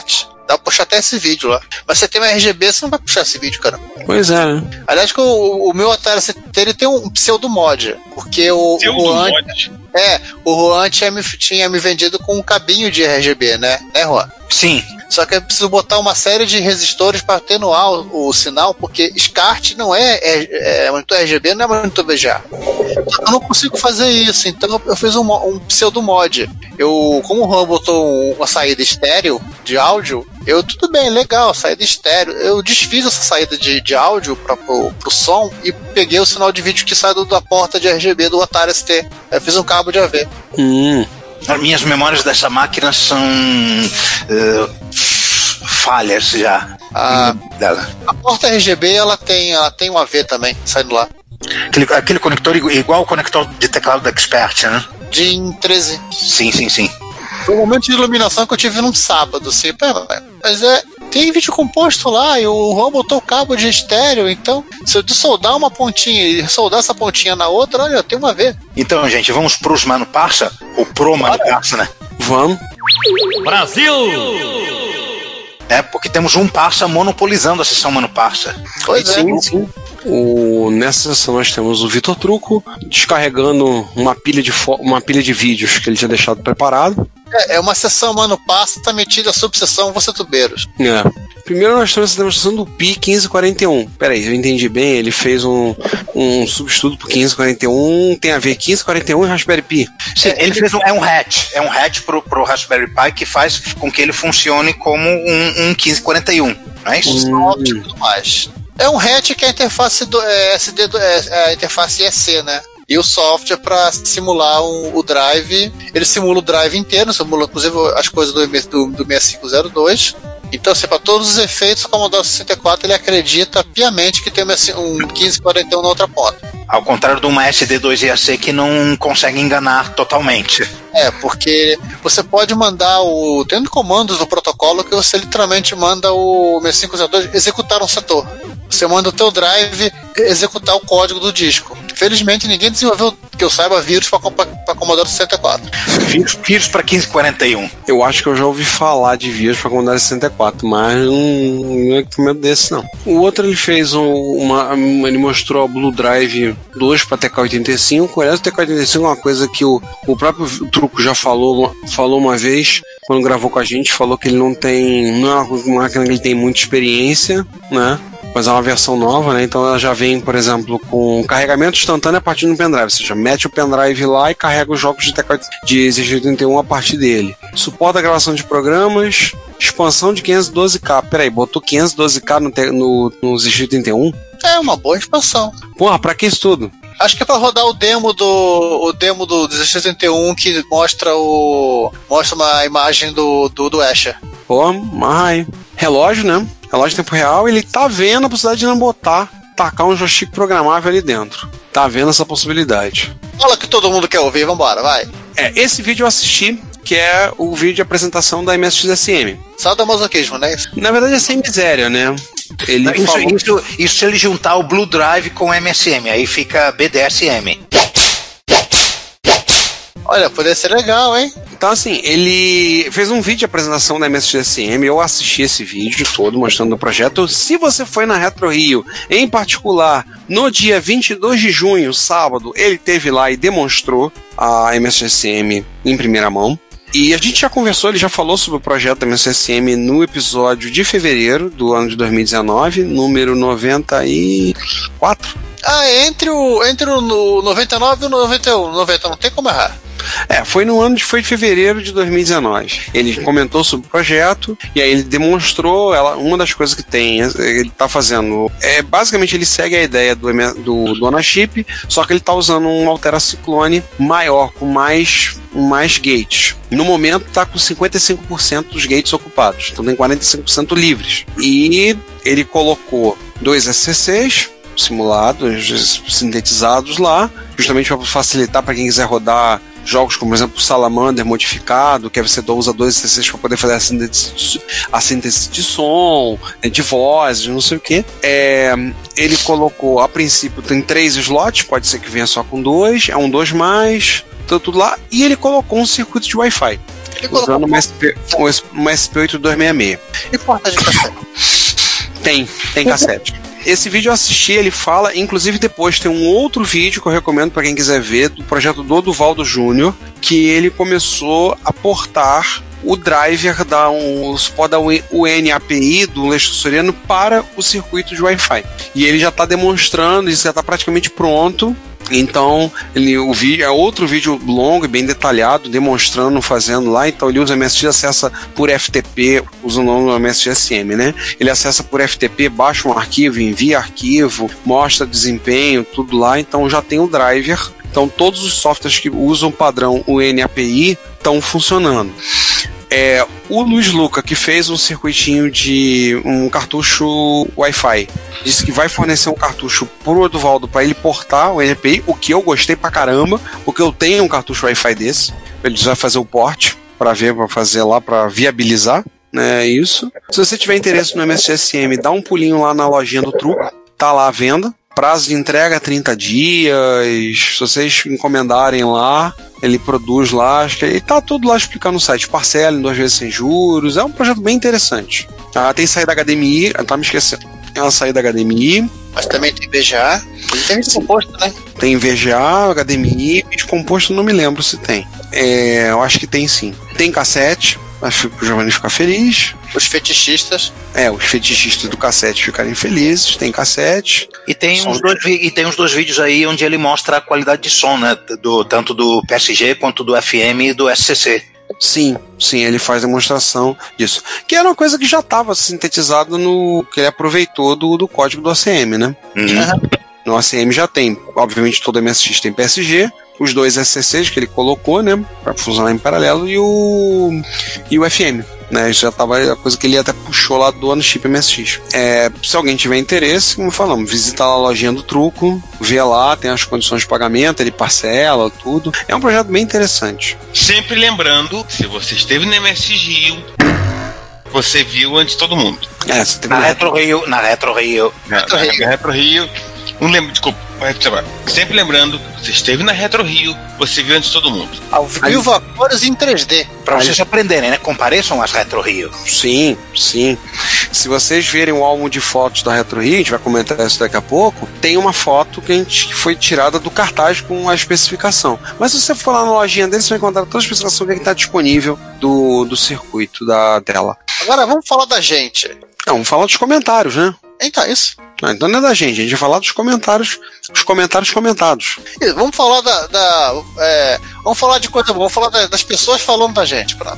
Dá pra puxar até esse vídeo lá. Mas você tem um R G B, você não vai puxar esse vídeo, cara. Pois é, né? Aliás, que o, o meu Atari C T ele tem um pseudo mod. Porque o, o Juan. É, o Juan tinha me, tinha me vendido com um cabinho de R G B, né? Né, Juan? Sim. Só que eu preciso botar uma série de resistores para atenuar o, o sinal, porque SCART não é, é, é monitor R G B, não é monitor V G A. Eu não consigo fazer isso, então eu fiz um, um pseudo mod. Eu, como o Juan botou uma saída estéreo de áudio, eu, tudo bem, legal, saída estéreo. Eu desfiz essa saída de, de áudio para pro, pro som e peguei o sinal de vídeo que sai do, da porta de R G B do Atari S T. Eu fiz um cabo de A V. Hum. As minhas memórias dessa máquina são uh, falhas já. A, a porta R G B ela tem, ela tem um A V também, saindo lá. Aquele, aquele conector igual o conector de teclado da Expert, né? D I N treze. Sim, sim, sim. Foi um momento de iluminação que eu tive num sábado, assim, mas é, tem vídeo composto lá e o Juan botou o cabo de estéreo, então se eu soldar uma pontinha e soldar essa pontinha na outra, olha, tem uma A V. Então, gente, vamos pros Mano Parça? Ou pro Mano Parça, né? Vamos. Brasil! É, porque temos um Parça monopolizando a sessão Mano Parça. Pois é. Sim, sim. O, nessa sessão nós temos o Vitor Truco descarregando uma pilha, de fo- uma pilha de vídeos que ele tinha deixado preparado. É, é uma sessão Mano Passa, tá metida a subseção Você Tubeiros. É. Primeiro nós temos essa demonstração do Pi quinze quarenta e um. Peraí, eu entendi bem, ele fez um, um substituto pro quinze quarenta e um, tem a ver quinze quarenta e um e Raspberry Pi. Sim, é, ele fez um, é um hatch, é um hatch pro, pro Raspberry Pi que faz com que ele funcione como um, um quinze quarenta e um, não é isso? Hum. E tudo mais. É um hatch que é a interface do, é, S D do, é, a interface I E C, né? E o software para simular um, o drive, ele simula o drive inteiro, simula inclusive as coisas do, do, do sessenta e cinco zero dois. Então, assim, para todos os efeitos, o Commodore sessenta e quatro ele acredita piamente que tem um quinze quarenta e um na outra ponta. Ao contrário de uma S D dois I A C que não consegue enganar totalmente. É, porque você pode mandar o... Tem comandos do protocolo que você literalmente manda o sessenta e cinco zero dois executar um setor. Você manda o teu drive executar o código do disco. Felizmente ninguém desenvolveu, que eu saiba, vírus para Commodore sessenta e quatro. Vírus, vírus para quinze quarenta e um. Eu acho que eu já ouvi falar de vírus para Commodore sessenta e quatro, mas não, não é com medo desse, não. O outro ele fez um, uma... Ele mostrou a Blue Drive dois para T K oitenta e cinco. Aliás, o T K oitenta e cinco é uma coisa que o, o próprio Truco já falou, falou uma vez, quando gravou com a gente, falou que ele não tem... Não é uma máquina que ele tem muita experiência, né? Mas é uma versão nova, né? Então ela já vem, por exemplo, com carregamento instantâneo a partir do pendrive. Ou seja, mete o pendrive lá e carrega os jogos de, de Z X oitenta e um a partir dele. Suporta a gravação de programas, expansão de quinhentos e doze K. Peraí, botou quinhentos e doze K no, no, no Z X oitenta e um? É uma boa expansão. Porra, pra que isso tudo? Acho que é pra rodar o demo do o demo do Z X oitenta e um que mostra o mostra uma imagem do, do, do Asher. Pô, mas relógio, né? Relógio em tempo real, ele tá vendo a possibilidade de não botar, tacar um joystick programável ali dentro. Tá vendo essa possibilidade. Fala que todo mundo quer ouvir, vambora, vai. É, esse vídeo eu assisti, que é o vídeo de apresentação da M S X S M. Só do masoquismo, né? Na verdade é sem miséria, né? Ele isso, falou... isso, isso se ele juntar o Blue Drive com o M S M, aí fica B D S M. Olha, poderia ser legal, hein? Então, assim, ele fez um vídeo de apresentação da M S X S M, eu assisti esse vídeo todo mostrando o projeto. Se você foi na Retro Rio, em particular, no dia vinte e dois de junho, sábado, ele teve lá e demonstrou a M S X S M em primeira mão. E a gente já conversou, ele já falou sobre o projeto da M S S M no episódio de fevereiro do ano de dois mil e dezenove, número noventa e quatro. Ah, entre o, entre o noventa e nove e o noventa e um. noventa, não tem como errar. É, foi no ano de, foi de fevereiro de dois mil e dezenove. Ele comentou sobre o projeto e aí ele demonstrou ela, uma das coisas que tem, ele tá fazendo, é basicamente ele segue a ideia do, do, do OnaChip, só que ele tá usando um Alteraciclone maior, com mais, mais gates. No momento tá com cinquenta e cinco por cento dos gates ocupados, então tem quarenta e cinco por cento livres. E ele colocou dois S C Cs simulados, sintetizados lá, justamente para facilitar para quem quiser rodar jogos como, por exemplo, Salamander modificado, que você usa dois C Cs para poder fazer a síntese, a síntese de som, de vozes, não sei o que. É, ele colocou, a princípio, tem três slots, pode ser que venha só com dois, é um dois mais, tudo lá, e ele colocou um circuito de Wi-Fi. usando uma, S P, uma S P oito dois seis seis. E porta de cassete? Tem, tem cassete. Esse vídeo eu assisti, ele fala, inclusive depois tem um outro vídeo que eu recomendo para quem quiser ver, do projeto do Oduvaldo Júnior, que ele começou a portar o driver da um, o suporte da U N A P I do Lester Soriano para o circuito de Wi-Fi. E ele já está demonstrando, isso já está praticamente pronto. Então, ele, o vídeo é outro vídeo longo e bem detalhado, demonstrando, fazendo lá. Então, ele usa M S X, acessa por F T P, usa o nome do M S X S M, né? Ele acessa por F T P, baixa um arquivo, envia arquivo, mostra desempenho, tudo lá. Então, já tem o driver. Então, todos os softwares que usam o padrão U N A P I estão funcionando. É, o Luiz Luca, que fez um circuitinho de um cartucho Wi-Fi, disse que vai fornecer um cartucho pro Eduvaldo para ele portar o U N A P I, o que eu gostei pra caramba, porque eu tenho um cartucho Wi-Fi desse. Ele vai fazer o port para ver, para fazer lá, para viabilizar, né, isso. Se você tiver interesse no M S X S M, dá um pulinho lá na lojinha do Truco, tá lá à venda. Prazo de entrega trinta dias, se vocês encomendarem lá, ele produz lá, acho que ele tá tudo lá explicando no site, parcela em duas vezes sem juros, é um projeto bem interessante. Ah, tem saída H D M I, tá me esquecendo, é uma saída H D M I. Mas também tem V G A, tem vídeo composto, né? Tem V G A, H D M I, vídeo composto não me lembro se tem. É, eu acho que tem sim. Tem cassete, acho que o Giovanni ficar feliz. Os fetichistas. É, os fetichistas do cassete ficarem felizes, tem cassete. E tem, uns dois, e tem uns dois vídeos aí onde ele mostra a qualidade de som, né? Do, tanto do P S G quanto do F M e do S C C. Sim, sim, ele faz demonstração disso. Que era uma coisa que já estava sintetizada no. Que ele aproveitou do, do código do A C M, né? Uhum. No A C M já tem, obviamente todo M S X tem P S G, os dois S C Cs que ele colocou, né? Pra funcionar em paralelo, e o. E o F M. Né, isso já estava a coisa que ele até puxou lá do OneChip M S X. É, se alguém tiver interesse, como falamos, visita lá a lojinha do Truco, vê lá, tem as condições de pagamento, ele parcela, tudo. É um projeto bem interessante. Sempre lembrando, se você esteve no M S X Rio, você viu antes de todo mundo. É, você teve na uma... Retro Rio, na Retro Rio. Na, Retro, na, Rio. na Retro Rio. Não lembro, desculpa. Sempre lembrando, você esteve na Retro Rio, você viu antes de todo mundo. Ao vivo a cores em três D. Pra vocês aprenderem, né? Compareçam as Retro Rio. Sim, sim. Se vocês verem o álbum de fotos da Retro Rio, a gente vai comentar isso daqui a pouco, tem uma foto que, a gente, que foi tirada do cartaz com a especificação. Mas se você for lá na lojinha dele, você vai encontrar toda a especificação que está disponível do, do circuito da tela. Agora vamos falar da gente. Não, vamos falar dos comentários, né? Então, isso. Ah, então não é da gente, a gente vai falar dos comentários, os comentários comentados. Isso, vamos falar da. da é, vamos falar de coisa boa, vamos falar da, das pessoas falando da gente, pronto.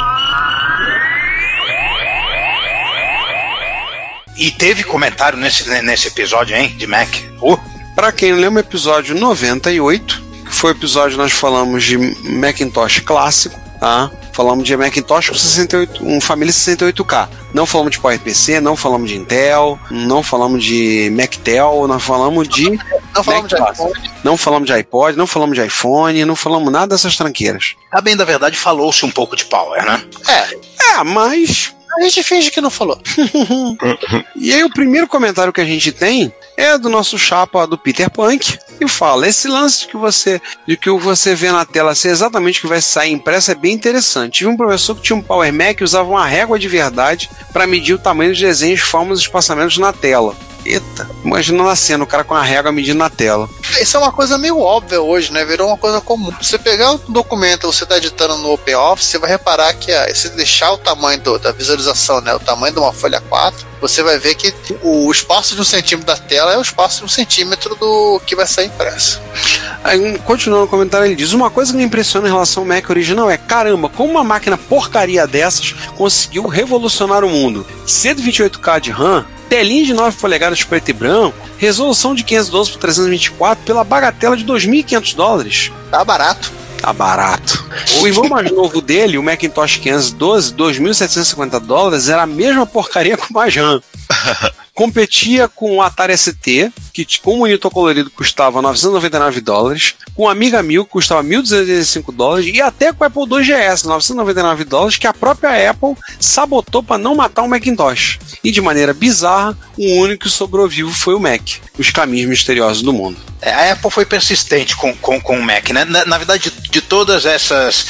E teve comentário nesse, nesse episódio, hein, de Mac? Uh. Pra quem não lembra, o episódio noventa e oito, que foi o episódio que nós falamos de Macintosh clássico, tá? Falamos de Macintosh com sessenta e oito, um família sessenta e oito K. Não falamos de PowerPC, não falamos de Intel, não falamos de Mactel, não falamos de... Não falamos de iPod. Não falamos de iPod, não falamos de iPhone, não falamos nada dessas tranqueiras. A bem da verdade, falou-se um pouco de Power, né? É. É, mas... A gente finge que não falou. E aí o primeiro comentário que a gente tem é do nosso chapa do Peter Punk, e fala: esse lance de que você de que você vê na tela ser exatamente o que vai sair impresso é bem interessante. Tive um professor que tinha um Power Mac e usava uma régua de verdade para medir o tamanho dos desenhos, formas e espaçamentos na tela. Eita, imagina na cena, o cara com a régua medindo na tela. Isso é uma coisa meio óbvia hoje, né? Virou uma coisa comum. Você pegar um documento, você está editando no OpenOffice, você vai reparar que ah, se deixar o tamanho do, da visualização, né, o tamanho de uma folha quatro, você vai ver que o espaço de um centímetro da tela é o espaço de um centímetro do que vai ser impresso. Aí, continuando o comentário, ele diz: uma coisa que me impressiona em relação ao Mac original é, caramba, como uma máquina porcaria dessas conseguiu revolucionar o mundo. cento e vinte e oito K de RAM, telinha de nove polegadas preto e branco, resolução de quinhentos e doze por trezentos e vinte e quatro pela bagatela de dois mil e quinhentos dólares. Tá barato. Tá barato. O irmão mais novo dele, o Macintosh quinhentos e doze, dois mil setecentos e cinquenta dólares, era a mesma porcaria com mais RAM. Competia com o Atari S T, que que com monitor colorido custava novecentos e noventa e nove dólares, com a Amiga mil que custava mil duzentos e oitenta e cinco dólares e até com o Apple dois G S, novecentos e noventa e nove dólares, que a própria Apple sabotou para não matar o Macintosh. E de maneira bizarra, o único que sobrou vivo foi o Mac, os caminhos misteriosos do mundo. É, a Apple foi persistente com, com, com o Mac, né? Na, na verdade, de, de todas essas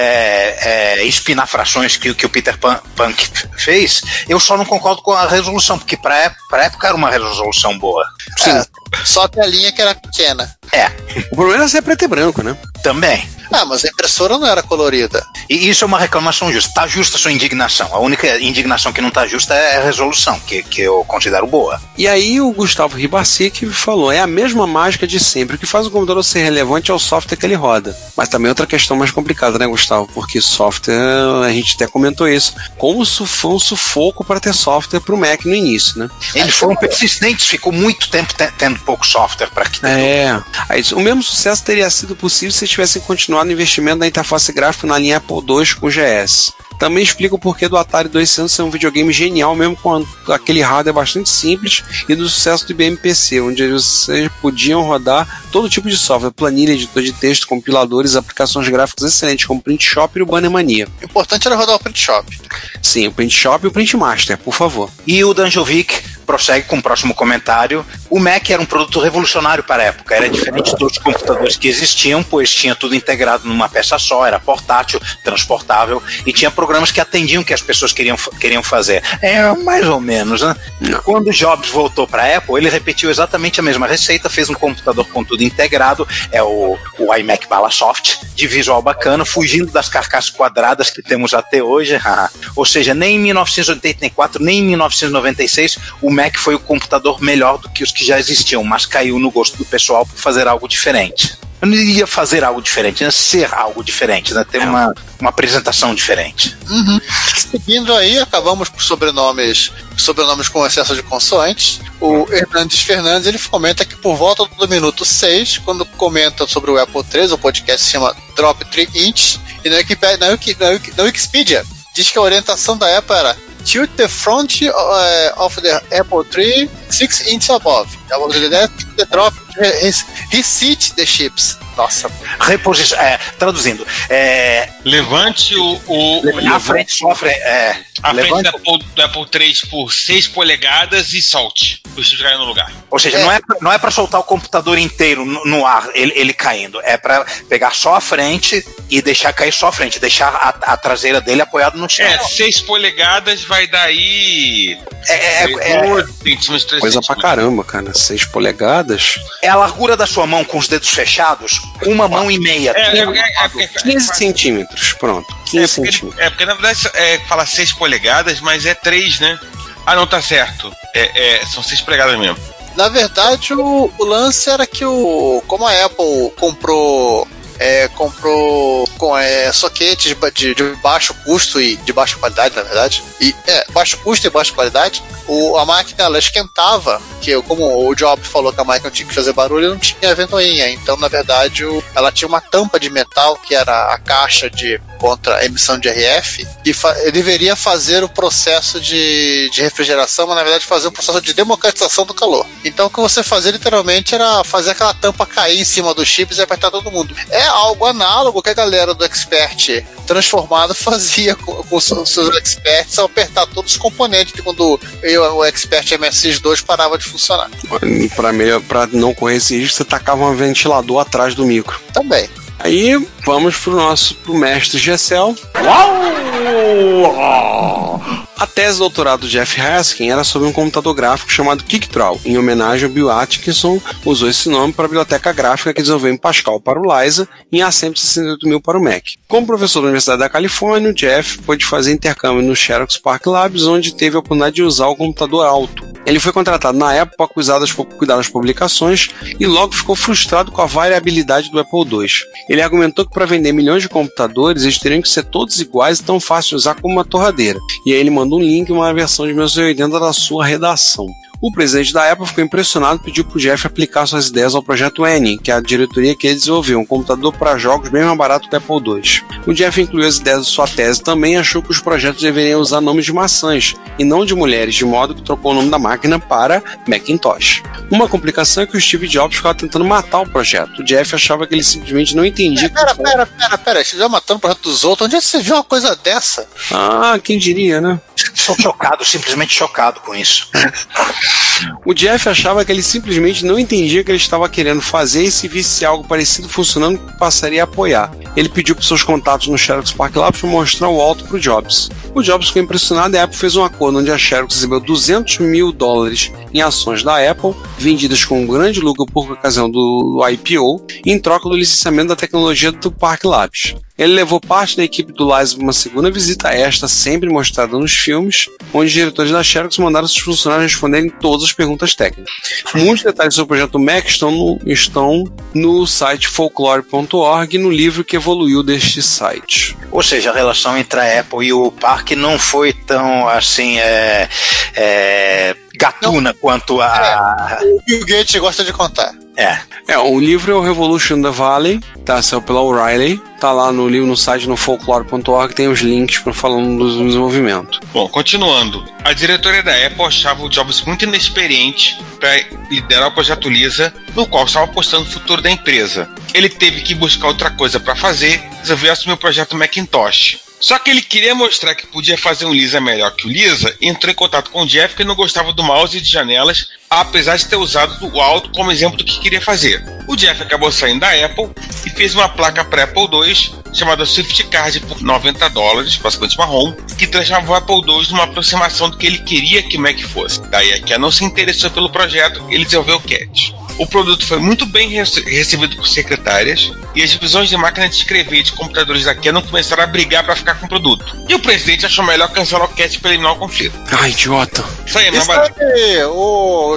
é, é, espinafrações que, que o Peter Punk fez, eu só não concordo com a resolução, porque para a época era uma resolução boa. Sim. É, só que a linha que era pequena. É. O problema era ser preto e branco, né? Também. Ah, mas a impressora não era colorida. E isso é uma reclamação justa. Tá justa a sua indignação. A única indignação que não tá justa é a resolução, que, que eu considero boa. E aí o Gustavo Ribasic falou, é a mesma mágica de sempre. O que faz o computador ser relevante é o software que ele roda. Mas também outra questão mais complicada, né, Gustavo? Porque software, a gente até comentou isso, como foi um sufoco para ter software pro Mac no início, né? Eles foram persistentes, ficou muito tempo tendo pouco software para que É, aí, o mesmo sucesso teria sido possível se tivessem continuado no investimento da interface gráfica na linha Apple dois com G S. Também explica o porquê do Atari duzentos ser um videogame genial, mesmo com aquele hardware bastante simples, e do sucesso do I B M P C, onde vocês podiam rodar todo tipo de software, planilha, editor de texto, compiladores, aplicações gráficas excelentes, como o PrintShop e o Banner Mania. O importante era rodar o PrintShop. Sim, o PrintShop e o Printmaster, por favor. E o Danjovic prossegue com o próximo comentário. O Mac era um produto revolucionário para a época, era diferente de outros computadores que existiam, pois tinha tudo integrado numa peça só, era portátil, transportável e tinha programas que atendiam o que as pessoas queriam, queriam fazer. É, mais ou menos, né? Não. Quando Jobs voltou para a Apple, ele repetiu exatamente a mesma receita, fez um computador com tudo integrado, é o, o iMac Balasoft, de visual bacana, fugindo das carcaças quadradas que temos até hoje. Ou seja, nem em mil novecentos e oitenta e quatro, nem em mil novecentos e noventa e seis, o Mac foi o computador melhor do que os que já existiam, mas caiu no gosto do pessoal por fazer algo diferente. Eu não iria fazer algo diferente, ia ser algo diferente, né? Ter uma, uma apresentação diferente. Uhum. Seguindo aí, acabamos por sobrenomes, sobrenomes com excesso de consoantes. O Hernandes Fernandes, ele comenta que por volta do minuto seis, quando comenta sobre o Apple três, o podcast se chama Drop três Inch, e na Wikipedia, na, Wiki, na, Wiki, na Wikipedia diz que a orientação da Apple era tilt the front uh, of the Apple três six inches above. The drop, reset the chips. Nossa. Reposição, é, traduzindo. É, levante o. o, o a frente sofre. É, a frente do Apple, do Apple três por seis polegadas e solte. O chip caindo no lugar. Ou seja, é. não é, não é pra soltar o computador inteiro no, no ar, ele, ele caindo. É pra pegar só a frente e deixar cair só a frente, deixar a, a traseira dele apoiado no chão. É, seis polegadas vai dar aí. É, é, é, é coisa pra caramba, cara. seis polegadas. É a largura da sua mão com os dedos fechados, uma mão e meia. É, é, é, é, quinze centímetros, pronto. quinze é porque, centímetros. É, porque na verdade é, fala seis polegadas, mas é três, né? Ah, não, tá certo. É, é, são seis polegadas mesmo. Na verdade, o, o lance era que o. Como a Apple comprou. É, comprou com é, soquetes de, de baixo custo e de baixa qualidade, na verdade. E, é, baixo custo e baixa qualidade. O, a máquina ela esquentava, que como o Jobs falou que a máquina tinha que fazer barulho, não tinha ventoinha. Então, na verdade, o, ela tinha uma tampa de metal, que era a caixa de contra a emissão de R F, e fa deveria fazer o processo de, de refrigeração, mas na verdade fazer o processo de democratização do calor. Então o que você fazia literalmente era fazer aquela tampa cair em cima dos chips e apertar todo mundo. É algo análogo que a galera do Expert transformado fazia com, com os seus Experts ao apertar todos os componentes de quando eu, o Expert M S X dois parava de funcionar. Para não correr esse risco, você tacava um ventilador atrás do micro. Também. Aí vamos pro nosso pro mestre Gessel. A tese de doutorado do Jeff Haskin era sobre um computador gráfico chamado Kictrawl. Em homenagem ao Bill Atkinson, usou esse nome para a biblioteca gráfica que desenvolveu em Pascal para o Liza e em Assembly sessenta e oito mil para o Mac. Como professor da Universidade da Califórnia, o Jeff pôde fazer intercâmbio no Xerox PARC Labs, onde teve a oportunidade de usar o computador alto. Ele foi contratado na Apple para cuidar das, cuidar das publicações e logo ficou frustrado com a variabilidade do Apple dois. Ele argumentou que para vender milhões de computadores, eles teriam que ser todos iguais e tão fáceis de usar como uma torradeira. E aí ele mandou um link e uma versão de mil novecentos e oitenta da sua redação. O presidente da Apple ficou impressionado e pediu para o Jeff aplicar suas ideias ao projeto Annie, que é a diretoria que ele desenvolveu, um computador para jogos bem mais barato que o Apple dois. O Jeff incluiu as ideias de sua tese também e achou que os projetos deveriam usar nomes de maçãs e não de mulheres, de modo que trocou o nome da máquina para Macintosh. Uma complicação é que o Steve Jobs ficava tentando matar o projeto. O Jeff achava que ele simplesmente não entendia. Pera, pera, pera, pera, pera, você já matando o projeto dos outros? Onde é que você viu uma coisa dessa? Ah, quem diria, né? Estou chocado, simplesmente chocado com isso. O Jeff achava que ele simplesmente não entendia o que ele estava querendo fazer e se visse algo parecido funcionando, passaria a apoiar. Ele pediu para seus contatos no Xerox PARC Labs para mostrar o alto para o Jobs. O Jobs ficou impressionado e a Apple fez um acordo onde a Xerox recebeu duzentos mil dólares em ações da Apple, vendidas com um grande lucro por ocasião do I P O, em troca do licenciamento da tecnologia do PARC Labs. Ele levou parte da equipe do Liza para uma segunda visita, esta sempre mostrada nos filmes, onde os diretores da Xerox mandaram seus funcionários responderem todas as perguntas técnicas. Muitos detalhes sobre o projeto Mac estão no, estão no site folklore ponto org e no livro que evoluiu deste site. Ou seja, a relação entre a Apple e o Park não foi tão assim é, é, gatuna não. quanto a... É, o Bill Gates gosta de contar. É. É, o livro é o Revolution da Valley, tá, saiu pela O'Reilly, tá lá no livro, no site, no folklore ponto org, tem os links para falando do desenvolvimento. Bom, continuando. A diretoria da Apple achava o Jobs muito inexperiente para liderar o projeto Lisa, no qual estava apostando no futuro da empresa. Ele teve que buscar outra coisa para fazer, resolveu assumir o projeto Macintosh. Só que ele queria mostrar que podia fazer um Lisa melhor que o Lisa e entrou em contato com o Jeff, que não gostava do mouse e de janelas, apesar de ter usado o Alto como exemplo do que queria fazer. O Jeff acabou saindo da Apple e fez uma placa para Apple dois chamada Swift Card por noventa dólares, basicamente marrom, que transformava o Apple dois numa aproximação do que ele queria que o Mac fosse. Daí a Kia não se interessou pelo projeto e ele desenvolveu o Cat. O produto foi muito bem recebido por secretárias e as divisões de máquina de escrever de computadores da Canon começaram a brigar para ficar com o produto. E o presidente achou melhor cancelar o Cat para eliminar o conflito. Ah, idiota. Isso aí, Isso aí, o,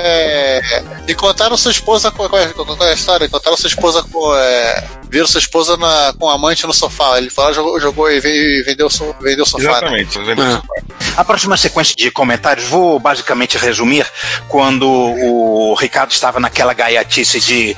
é, e contaram sua esposa com, com a história, contaram sua esposa com... É, viram sua esposa na, com um amante no sofá. Ele falou, jogou, jogou e vendeu, vendeu o sofá. Exatamente, né? vendeu o ah. sofá. A próxima sequência de comentários, vou basicamente resumir quando o Ricardo estava naquela gaiatice de,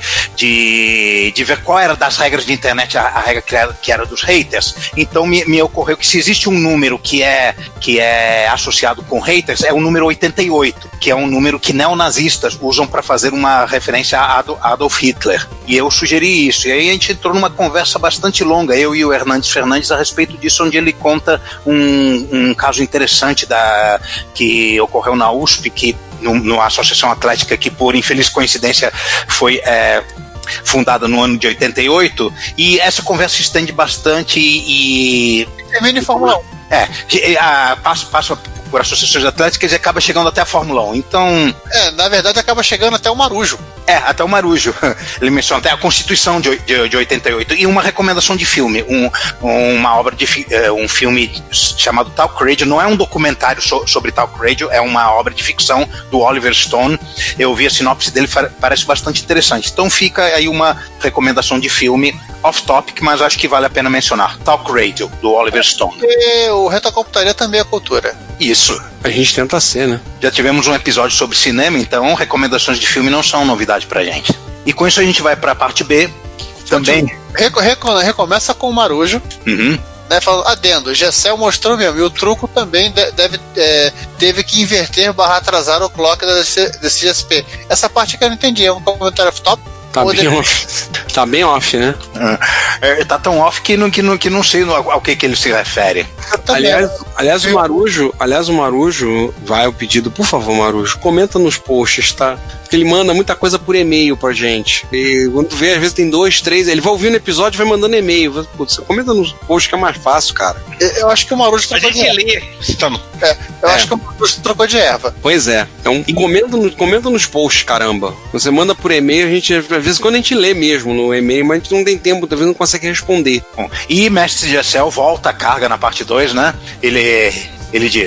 de, de ver qual era das regras de internet a, a regra que era, que era dos haters. Então me, me ocorreu que se existe um número que é, que é associado com haters, é o número oitenta e oito, que é um número que neonazistas usam para fazer uma referência a Adolf Hitler. E eu sugeri isso. E aí a gente entrou numa conversa bastante longa, eu e o Hernandes Fernandes, a respeito disso, onde ele conta um, um caso interessante da, que ocorreu na U S P, que no, numa associação atlética que, por infeliz coincidência, foi é, fundada no ano de oitenta e oito, e essa conversa se estende bastante e... Termina em Fórmula um. É, a, passa, passa por associações atléticas e acaba chegando até a Fórmula um. Então... É, na verdade acaba chegando até o Marujo. É, até o Marujo. Ele menciona até a Constituição de, de, de oitenta e oito. E uma recomendação de filme. Um, uma obra de um filme chamado Talk Radio. Não é um documentário so, sobre Talk Radio, é uma obra de ficção do Oliver Stone. Eu vi a sinopse dele, parece bastante interessante. Então fica aí uma recomendação de filme off-topic, mas acho que vale a pena mencionar. Talk Radio, do Oliver Stone. E o Retrocomputaria também é cultura. Isso. A gente tenta ser, né? Já tivemos um episódio sobre cinema, então recomendações de filme não são novidade pra gente. E com isso a gente vai pra parte B. Também. Reco, reco, recomeça com o Marujo. Uhum. Né, falando, adendo, o Gessel mostrou mesmo. E o truco também deve, é, teve que inverter barra atrasar o clock da D C G S P. Essa parte que eu não entendi. É um comentário off-top? Tá bem, off. tá bem off, né? É, tá tão off que não, que não, que não sei ao, ao que, que ele se refere. Aliás, aliás, o Marujo, aliás, o Marujo vai ao pedido, por favor, Marujo, comenta nos posts, tá? Porque ele manda muita coisa por e-mail pra gente. E quando tu vê, às vezes tem dois, três, ele vai ouvindo o episódio e vai mandando e-mail. Putz, você comenta nos posts que é mais fácil, cara. Eu acho que o Marujo trocou de erva. É, eu é. acho que o Marujo trocou de erva. Pois é. É um, comenta, no, comenta nos posts, caramba. Você manda por e-mail, a gente, às vezes, quando a gente lê mesmo no e-mail, mas a gente não tem tempo, talvez não consegue responder. Bom, e Mestre Gessel volta a carga na parte dois, né? Ele... Ele diz: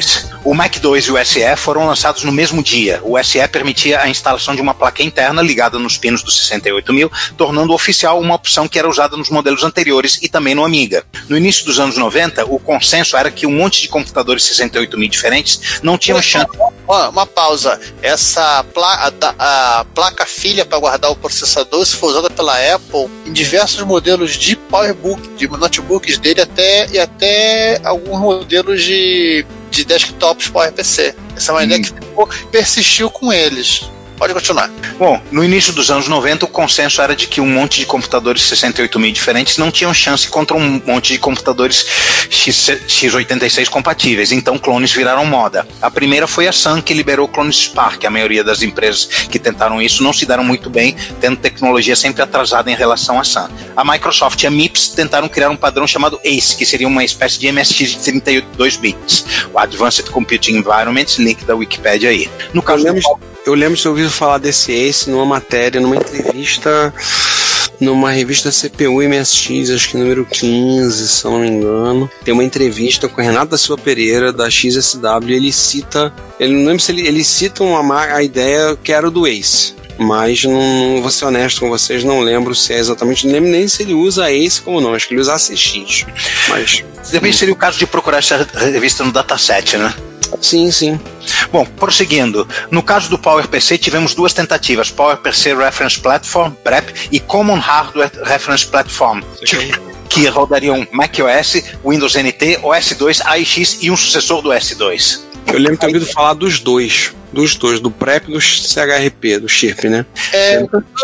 O Mac dois e o S E foram lançados no mesmo dia. O S E permitia a instalação de uma placa interna ligada nos pinos do sessenta e oito mil, tornando oficial uma opção que era usada nos modelos anteriores e também no Amiga. No início dos anos noventa, o consenso era que um monte de computadores sessenta e oito mil diferentes não tinham chance. Ó, uma pausa. Essa pla a, a placa filha para guardar o processador se foi usada pela Apple em diversos modelos de PowerBook, de notebooks dele até, e até alguns modelos de, de desktops PowerPC. Essa é uma hum. ideia que ficou, persistiu com eles. Pode continuar. Bom, no início dos anos noventa, o consenso era de que um monte de computadores sessenta e oito mil diferentes não tinham chance contra um monte de computadores X oitenta e seis compatíveis, então clones viraram moda. A primeira foi a Sun, que liberou clones Spark. A maioria das empresas que tentaram isso não se deram muito bem, tendo tecnologia sempre atrasada em relação à Sun. A Microsoft e a MIPS tentaram criar um padrão chamado ACE, que seria uma espécie de M S X de trinta e dois bits, o Advanced Computing Environment, link da Wikipedia aí. No caso do... Eu lembro de ter ouvido falar desse ACE numa matéria, numa entrevista, numa revista C P U M S X, acho que número quinze, se eu não me engano. Tem uma entrevista com o Renato da Silva Pereira, da X S W, e ele cita, ele não lembro se ele, ele cita uma, a ideia que era do ACE. Mas, não, vou ser honesto com vocês, não lembro se é exatamente, não lembro nem se ele usa ACE como não, acho que ele usa A C X. Mas também seria o caso de procurar essa revista no dataset, né? Sim, sim. Bom, prosseguindo. No caso do PowerPC, tivemos duas tentativas: PowerPC Reference Platform, PrEP, e Common Hardware Reference Platform, que rodariam macOS, Windows N T, O S dois, A I X e um sucessor do S dois. Eu lembro de ter ouvido falar dos dois. Dos dois, do PrEP e do C H R P, do chip, né? É,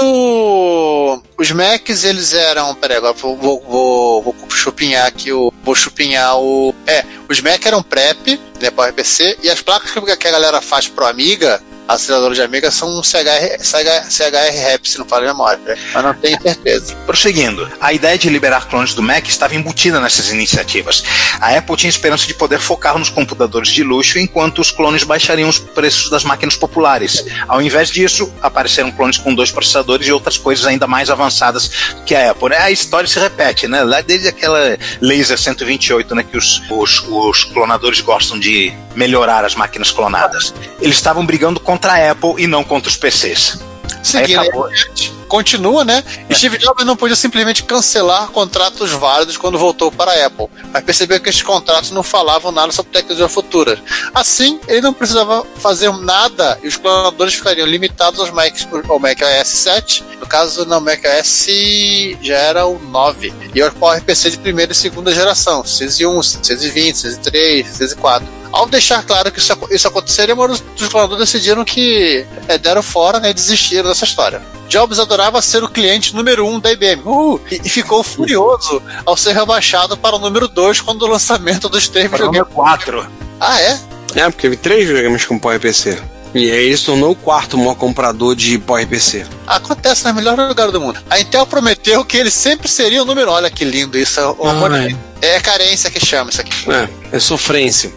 o... os Macs, eles eram... Peraí, agora vou, vou, vou, vou chupinhar aqui o... Vou chupinhar o... É, os Macs eram PrEP, né, PowerPC, e as placas que a galera faz pro Amiga, acelerador de Amiga, são um C H R, C H, C H R Rep, se não falo de memória, né? Mas não tenho certeza. Prosseguindo, a ideia de liberar clones do Mac estava embutida nessas iniciativas. A Apple tinha esperança de poder focar nos computadores de luxo, enquanto os clones baixariam os preços das máquinas populares. Ao invés disso, apareceram clones com dois processadores e outras coisas ainda mais avançadas que a Apple. A história se repete, né? Lá desde aquela Laser cento e vinte e oito, né, que os, os, os clonadores gostam de melhorar as máquinas clonadas. Eles estavam brigando contra a Apple e não contra os P Cs. Seguindo, continua, né? E Steve Jobs não podia simplesmente cancelar contratos válidos quando voltou para a Apple, mas percebeu que esses contratos não falavam nada sobre tecnologia futura. Assim, ele não precisava fazer nada e os clonadores ficariam limitados aos Macs, ao macOS sete. No caso, no macOS já era o nove. E ao PowerPC de primeira e segunda geração, seis e um, seis e vinte, seis e três, seis e quatro. Ao deixar claro que isso, isso aconteceria, os clonadores decidiram que é, deram fora, né, e desistiram dessa história. Jobs adorava ser o cliente número um da I B M uh, e, e ficou furioso ao ser rebaixado para o número dois quando o lançamento dos três videogames. Número quatro. Ah, é? É, porque teve três videogames com PowerPC. E aí ele se tornou o quarto maior comprador de PowerPC. Acontece no melhor lugar do mundo. A Intel prometeu que ele sempre seria o número um. Olha que lindo isso. É, é carência que chama isso aqui. É, é sofrência.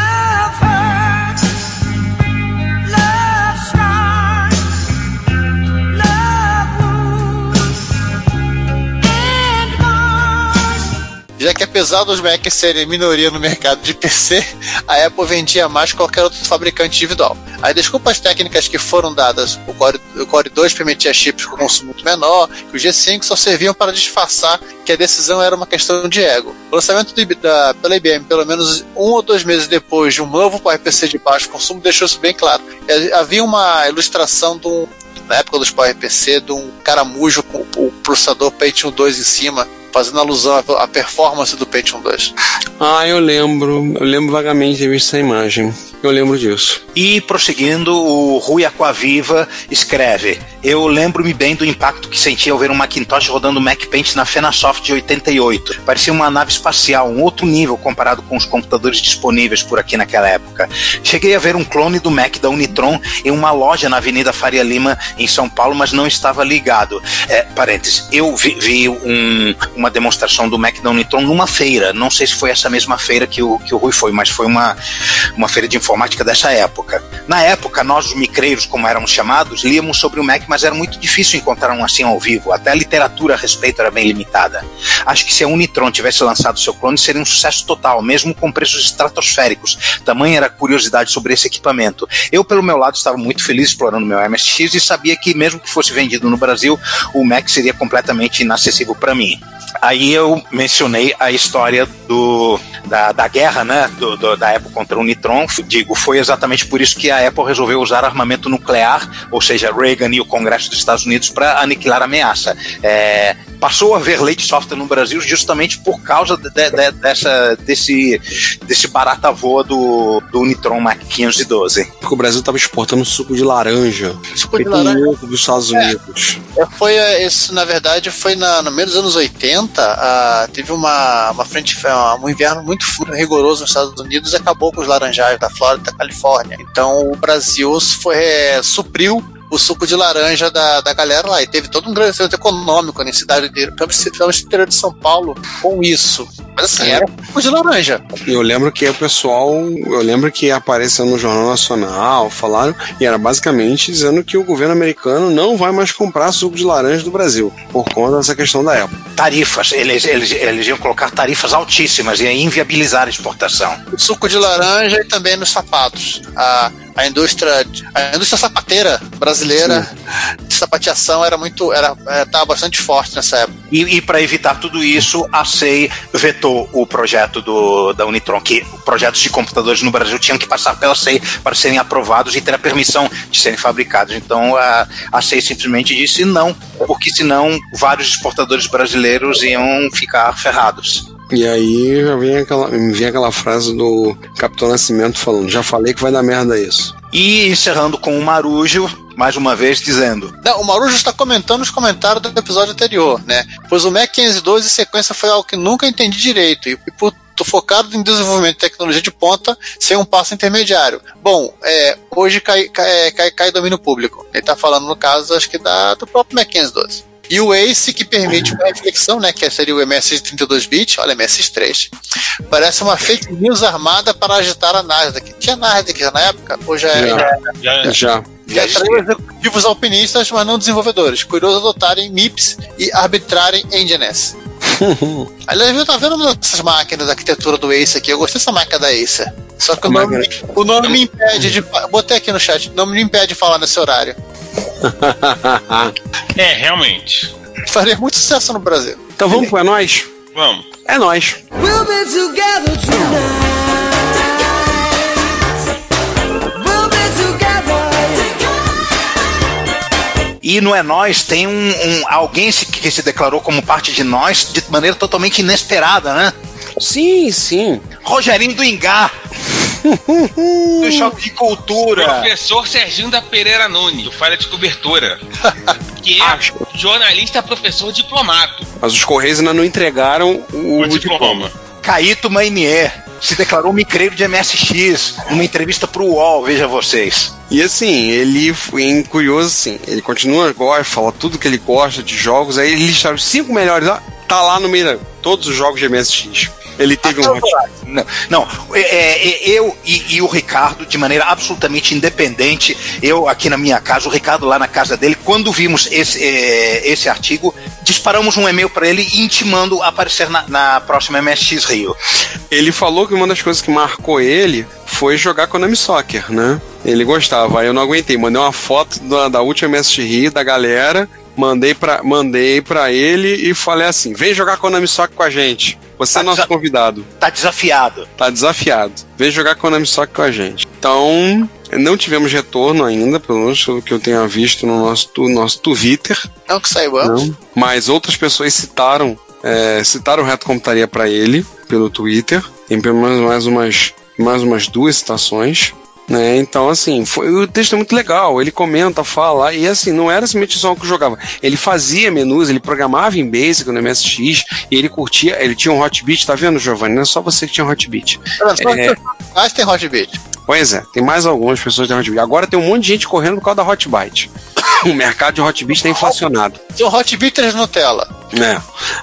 Já que apesar dos Macs serem minoria no mercado de P C, a Apple vendia mais que qualquer outro fabricante individual. As desculpas técnicas que foram dadas, o Core, o Core dois permitia chips com consumo muito menor, que o G cinco só serviam para disfarçar que a decisão era uma questão de ego. O lançamento de, da, pela I B M, pelo menos um ou dois meses depois de um novo PowerPC de baixo consumo, deixou isso bem claro. Havia uma ilustração de um, na época dos PowerPC, de um caramujo com o processador Pentium dois em cima, fazendo alusão à performance do Pentium dois. Ah, eu lembro. Eu lembro vagamente de ter visto essa imagem. Eu lembro disso. E, prosseguindo, o Rui Aquaviva escreve: eu lembro-me bem do impacto que senti ao ver um Macintosh rodando Mac Paint na Fenasoft de oitenta e oito. Parecia uma nave espacial, um outro nível comparado com os computadores disponíveis por aqui naquela época. Cheguei a ver um clone do Mac da Unitron em uma loja na Avenida Faria Lima, em São Paulo, mas não estava ligado. É, parênteses, eu vi, vi um, uma demonstração do Mac da Unitron numa feira. Não sei se foi essa mesma feira que o, que o Rui foi, mas foi uma, uma feira de informática dessa época. Na época, nós os micreiros, como éramos chamados, líamos sobre o Mac, mas era muito difícil encontrar um assim ao vivo. Até a literatura a respeito era bem limitada. Acho que se a Unitron tivesse lançado seu clone, seria um sucesso total, mesmo com preços estratosféricos. Tamanha era a curiosidade sobre esse equipamento. Eu, pelo meu lado, estava muito feliz explorando meu M S X e sabia que, mesmo que fosse vendido no Brasil, o Mac seria completamente inacessível para mim. Aí eu mencionei a história do, da, da guerra, né, do, do, da Apple contra o Unitron. Digo, foi exatamente por isso que a Apple resolveu usar armamento nuclear, ou seja, Reagan e o Congresso dos Estados Unidos, para aniquilar a ameaça. É, passou a haver lei de software no Brasil justamente por causa de, de, dessa, desse, desse barata-voa do, do Unitron Mac quinhentos e doze. Porque o Brasil estava exportando suco de laranja. Suco de laranja dos Estados Unidos. É, foi, isso, na verdade, foi na, no meio dos anos oitenta. Uh, teve uma, uma frente, um inverno muito rigoroso nos Estados Unidos e acabou com os laranjais da Flórida e da Califórnia. Então o Brasil foi, é, supriu o suco de laranja da, da galera lá, e teve todo um grande centro econômico na cidade inteira, no interior de São Paulo, com isso. Mas assim, é. era suco de laranja. Eu lembro que o pessoal, eu lembro que apareceu no Jornal Nacional, falaram, e era basicamente dizendo que o governo americano não vai mais comprar suco de laranja do Brasil, por conta dessa questão da Apple. Tarifas, eles, eles, eles iam colocar tarifas altíssimas, ia inviabilizar a exportação. O suco de laranja e também nos sapatos. A A indústria, a indústria sapateira brasileira Sim. de sapateação era muito, era, estava bastante forte nessa época. E, e para evitar tudo isso, a S E I vetou o projeto do, da Unitron, que projetos de computadores no Brasil tinham que passar pela S E I para serem aprovados e ter a permissão de serem fabricados. Então a, a S E I simplesmente disse não, porque senão vários exportadores brasileiros iam ficar ferrados. E aí já vem aquela, vem aquela frase do Capitão Nascimento falando, já falei que vai dar merda isso. E encerrando com o Marujo, mais uma vez dizendo... Não, o Marujo está comentando os comentários do episódio anterior, né? Pois o Mac quinhentos e doze em sequência foi algo que nunca entendi direito, e, e por tô focado em desenvolvimento de tecnologia de ponta sem um passo intermediário. Bom, é, hoje cai, cai, cai, cai domínio público. Ele está falando, no caso, acho que da, do próprio Mac quinhentos e doze. E o Ace, que permite uma reflexão, né, que seria o M S X trinta e dois bits, olha, M S X três. Parece uma fake news armada para agitar a Nasdaq. Tinha Nasdaq já na época? Ou já era? Já. Já. já. Já atraiu executivos alpinistas, mas não desenvolvedores, curiosos adotarem M I P S e arbitrarem Nginx. Aliás, eu tava vendo essas máquinas da arquitetura do Ace aqui, eu gostei dessa máquina da Acer. Só que o nome, o nome me impede de... Botei aqui no chat, o nome me impede de falar nesse horário. É, realmente. Faria muito sucesso no Brasil. Então vamos, é nóis? Vamos. É nóis. We'll be together tonight. We'll be together. E no É Nós tem um, um alguém que se declarou como parte de nós de maneira totalmente inesperada, né? Sim, sim. Rogerinho do Ingá. Do Choque de Cultura. Professor Serginho da Pereira Nunes, do Falha de Cobertura. Que é jornalista, professor diplomado. Mas os Correios ainda não entregaram o, o diploma. diploma. Caíto Mainier se declarou micreiro de M S X numa entrevista pro U O L, veja vocês. E assim, ele foi curioso assim, ele continua agora, fala tudo que ele gosta de jogos, aí ele listou os cinco melhores, ó, tá lá no meio de todos os jogos de M S X. Ele teve um... Não, não é, é, eu e, e o Ricardo, de maneira absolutamente independente, eu aqui na minha casa, o Ricardo lá na casa dele, quando vimos esse, é, esse artigo, disparamos um e-mail para ele intimando a aparecer na, na próxima M S X Rio. Ele falou que uma das coisas que marcou ele foi jogar Konami Soccer, né? Ele gostava, aí eu não aguentei, mandei uma foto da, da última M S X Rio, da galera, mandei pra, mandei pra ele e falei assim, vem jogar Konami Soccer com a gente. Você tá é nosso convidado. Tá desafiado. Tá desafiado. Vem jogar Konami Soccer com a gente. Então, não tivemos retorno ainda, pelo menos pelo que eu tenha visto no nosso, no nosso Twitter. Não que saibamos. Não. Mas outras pessoas citaram, é, citaram Reto Computaria para ele, pelo Twitter. Tem pelo menos mais umas, mais umas duas citações. Né? Então, assim, foi, o texto é muito legal, ele comenta, fala, e assim, não era simplesmente só o que jogava, ele fazia menus, ele programava em Basic no M S X, e ele curtia, ele tinha um Hotbit, tá vendo, Giovanni? Não é só você que tinha um Hotbit. É, mas tem Hotbit. Pois é, tem mais algumas pessoas que têm Hotbit. Agora tem um monte de gente correndo por causa da Hotbyte. O mercado de Hot Beat tá inflacionado. Tem um Hot Beat Nutella. É.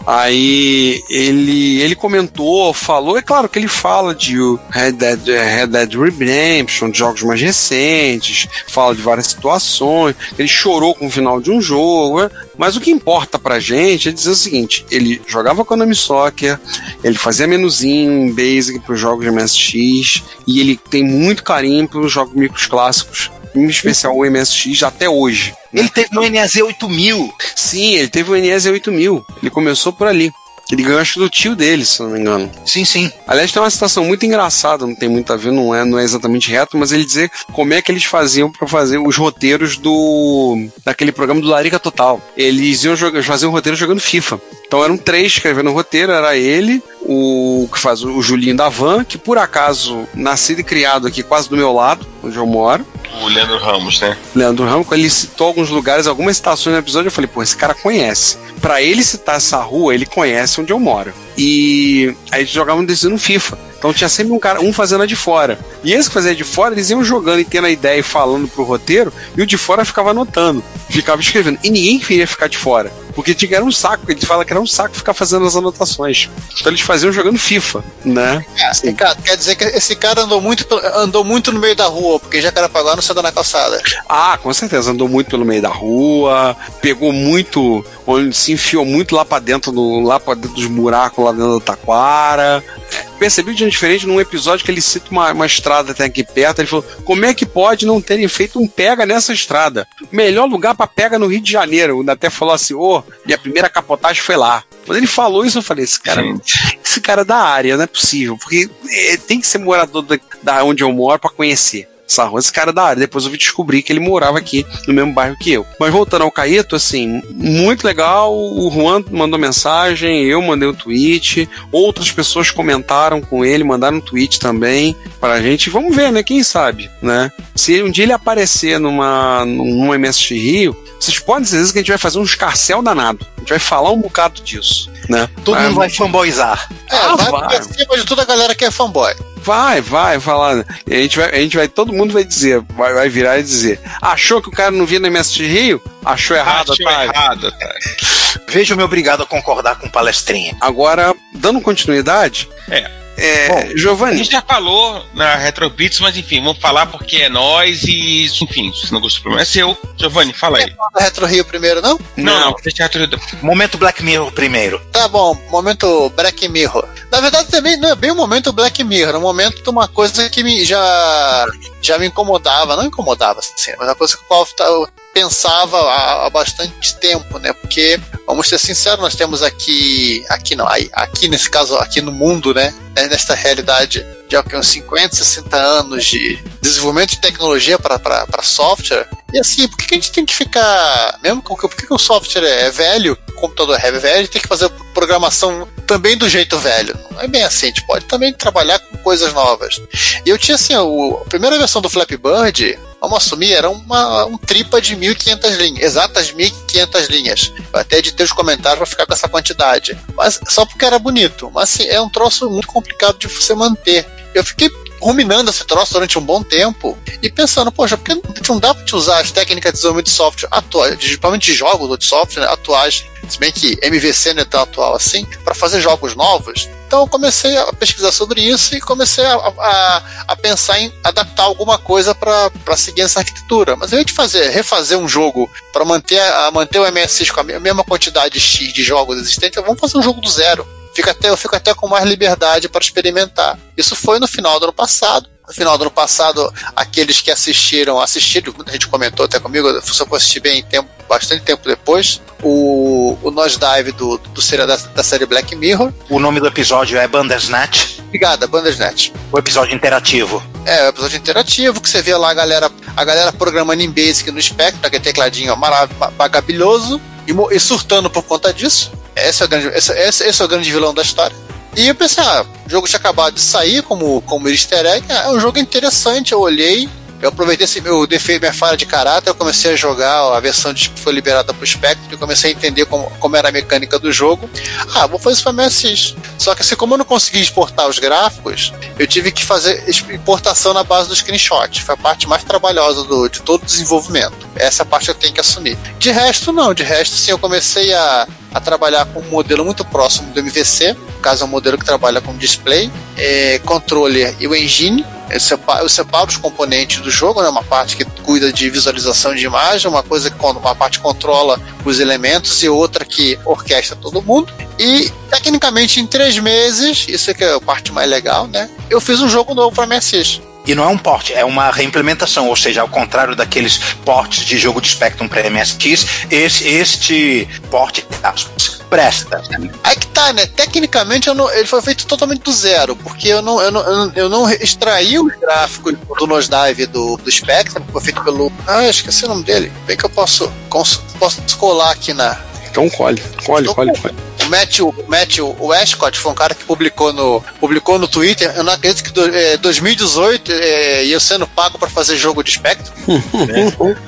Aí ele, ele comentou, falou, é claro que ele fala de Red Dead, Red Dead Redemption, de jogos mais recentes, fala de várias situações, ele chorou com o final de um jogo, né? Mas o que importa pra gente é dizer o seguinte, ele jogava Konami Soccer, ele fazia menuzinho em Basic pros jogos de M S X, e ele tem muito carinho pelos jogos micros clássicos, em especial o M S X até hoje. Ele teve no N E Z oito mil. Sim, ele teve o N E Z oito mil. Ele começou por ali. Ele ganhou acho do tio dele, se não me engano. Sim, sim. Aliás, tem uma situação muito engraçada, não tem muito a ver, não é, não é exatamente reto, mas ele dizer como é que eles faziam pra fazer os roteiros do daquele programa do Larica Total. Eles iam jogar, faziam um roteiro jogando FIFA. Então eram três escrevendo o roteiro, era ele, o que faz o Julinho da Van, que por acaso nascido e criado aqui quase do meu lado, onde eu moro. O Leandro Ramos, né? Leandro Ramos, quando ele citou alguns lugares, algumas estações no episódio, eu falei, pô, esse cara conhece. Pra ele citar essa rua, ele conhece onde eu moro. E aí eles jogavam desse no FIFA. Então tinha sempre um cara, um fazendo a de fora. E esse que fazia de fora, eles iam jogando e tendo a ideia e falando pro roteiro, e o de fora ficava anotando, ficava escrevendo. E ninguém queria ficar de fora. Porque tinha, era um saco, eles falam que era um saco ficar fazendo as anotações. Então eles faziam jogando FIFA, né? É, cara, quer dizer que esse cara andou muito, andou muito no meio da rua, porque Jacarepaguá não saiu na calçada. Ah, com certeza, andou muito pelo meio da rua, pegou muito, onde se enfiou muito lá pra dentro, do, lá pra dentro dos buracos lá dentro do Taquara. Percebi de diferente num episódio que ele cita uma, uma estrada até aqui perto, ele falou, como é que pode não terem feito um pega nessa estrada? Melhor lugar pra pega no Rio de Janeiro. Ele até falou assim, ô, oh, minha primeira capotagem foi lá. Quando ele falou isso, eu falei, esse cara, esse cara é da área, não é possível, porque é, tem que ser morador da, da onde eu moro pra conhecer essa rua. Esse cara é da área. Depois eu vi descobrir que ele morava aqui no mesmo bairro que eu. Mas voltando ao Caíto, assim, muito legal. O Juan mandou mensagem, eu mandei um tweet, outras pessoas comentaram com ele, mandaram um tweet também pra gente. Vamos ver, né? Quem sabe, né? Se um dia ele aparecer numa, num M S X Rio, vocês podem dizer que a gente vai fazer um escarcel danado. A gente vai falar um bocado disso, né? Todo mundo vai fanboyzar. É, ah, vai, vai. por cima de toda a galera que é fanboy. Vai, vai, falar. A gente vai, a gente vai, todo mundo vai dizer, vai, vai virar e dizer. Achou que o cara não vinha no M S X Rio? Achou errado, Achou tá? errado, tá? Vejo-me obrigado a concordar com palestrinha. Agora, dando continuidade. É. É, Bom, Giovanni. A gente já falou na Retrobits, mas enfim, vamos falar porque é nós e, enfim, se não gostou, o problema é seu. Giovanni, fala aí. Não é Retro Rio primeiro, não? Não, não, deixa Retro Rio. Momento Black Mirror primeiro. Tá bom, momento Black Mirror. Na verdade, também não é bem o momento Black Mirror, é um momento de uma coisa que me, já, já me incomodava, não incomodava, assim, mas uma coisa que eu pensava há, há bastante tempo, né? Porque, vamos ser sinceros, nós temos aqui, aqui não, aqui nesse caso, aqui no mundo, né? Nesta realidade de uns cinquenta, sessenta anos de desenvolvimento de tecnologia para software. E assim, por que a gente tem que ficar, mesmo com por que o software é velho, o computador é velho, a gente tem que fazer programação também do jeito velho? Não é bem assim, a gente pode também trabalhar com coisas novas. E eu tinha assim, o, a primeira versão do Flappy Bird, vamos assumir, era uma, um tripa de mil e quinhentas linhas, exatas mil e quinhentas linhas. Eu até editei os comentários para ficar com essa quantidade. Mas só porque era bonito. Mas assim, é um troço muito complicado de você manter. Eu fiquei ruminando esse troço durante um bom tempo e pensando, poxa, porque não dá para te usar as técnicas de desenvolvimento de software atuais, principalmente de jogos de software, né, atuais, se bem que M V C não é tão atual assim, para fazer jogos novos. Então eu comecei a pesquisar sobre isso e comecei a, a, a pensar em adaptar alguma coisa para seguir essa arquitetura. Mas ao invés de fazer, refazer um jogo para manter, a, manter o M S X com a mesma quantidade X de jogos existentes, vamos fazer um jogo do zero. Fico até, eu fico até com mais liberdade para experimentar. Isso foi no final do ano passado. No final do ano passado, aqueles que assistiram, assistiram, muita gente comentou até comigo, eu só vou assistir bem tempo, bastante tempo depois, o, o Nosedive do, do, do, da, da série Black Mirror. O nome do episódio é Bandersnatch. Obrigada, Bandersnatch. O episódio interativo. É, o episódio interativo, que você vê lá a galera, a galera programando em Basic no Spectrum, aquele tecladinho maravilhoso, e, e surtando por conta disso. Esse é, o grande, esse, esse, esse é o grande vilão da história. E eu pensei, ah, o jogo tinha acabado de sair como, como easter egg, é um jogo interessante, eu olhei, eu aproveitei esse meu defeito, minha falha de caráter, eu comecei a jogar a versão que foi liberada pro Spectrum e comecei a entender como, como era a mecânica do jogo. Ah, vou fazer isso pra M S X. Só que assim, como eu não consegui exportar os gráficos, eu tive que fazer importação na base do screenshot. Foi a parte mais trabalhosa do, de todo o desenvolvimento. Essa parte eu tenho que assumir. De resto, não. De resto, sim, eu comecei a, a trabalhar com um modelo muito próximo do M V C. No caso, é um modelo que trabalha com display, é, controller e o engine. Eu separo, eu separo os componentes do jogo, né? Uma parte que cuida de visualização de imagem, uma coisa que uma parte controla os elementos e outra que orquestra todo mundo. E tecnicamente em três meses, isso é que é a parte mais legal, né? Eu fiz um jogo novo para M S X. E não é um port, é uma reimplementação, ou seja, ao contrário daqueles ports de jogo de Spectrum para M S X, esse, este port presta. Aí que tá, né? Tecnicamente eu não, ele foi feito totalmente do zero, porque eu não, eu não, eu não extraí os gráficos do Nosedive do, do Spectrum, que foi feito pelo... Ah, esqueci o nome dele. Bem que eu posso, posso colar aqui na... Então colhe, colhe, colhe, colhe. O Matthew, Matthew Westcott foi um cara que publicou no, publicou no Twitter. Eu não acredito que do, é, dois mil e dezoito é, ia sendo pago para fazer jogo de Spectrum. Né?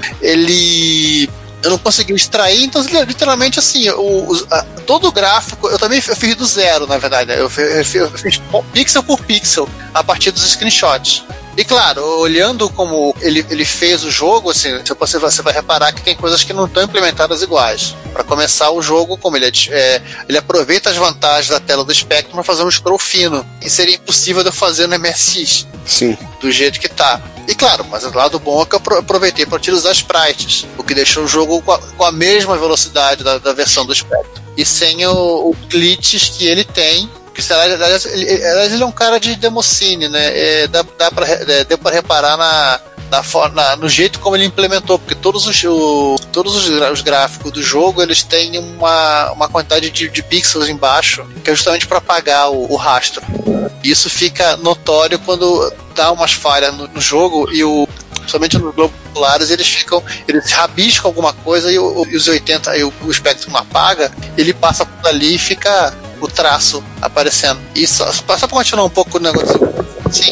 Ele... Eu não consegui extrair, então literalmente assim, o, o, a, todo o gráfico, eu também eu fiz do zero, na verdade. Eu fiz, eu fiz pixel por pixel a partir dos screenshots. E claro, olhando como ele, ele fez o jogo, assim, você, você vai reparar que tem coisas que não estão implementadas iguais. Para começar o jogo, como ele, é, é, ele aproveita as vantagens da tela do Spectrum para fazer um scroll fino. E seria impossível de eu fazer no M S X. Sim. Do jeito que tá. E claro, mas o lado bom é que eu aproveitei para utilizar sprites, o que deixou o jogo com a, com a mesma velocidade da, da versão do Spectrum. E sem o, o glitches que ele tem. Porque, aliás, ele, ele é um cara de democine, né? É, dá, dá pra, é, deu para reparar na, na, na, no jeito como ele implementou, porque todos os, o, todos os, os gráficos do jogo eles têm uma, uma quantidade de, de pixels embaixo, que é justamente para apagar o, o rastro. Isso fica notório quando dá umas falhas no, no jogo e o somente nos globos oculares eles ficam, eles rabiscam alguma coisa e, o, e os oitenta e o, o Spectrum apaga, ele passa por ali e fica o traço aparecendo. E só, só para continuar um pouco o negócio, sim,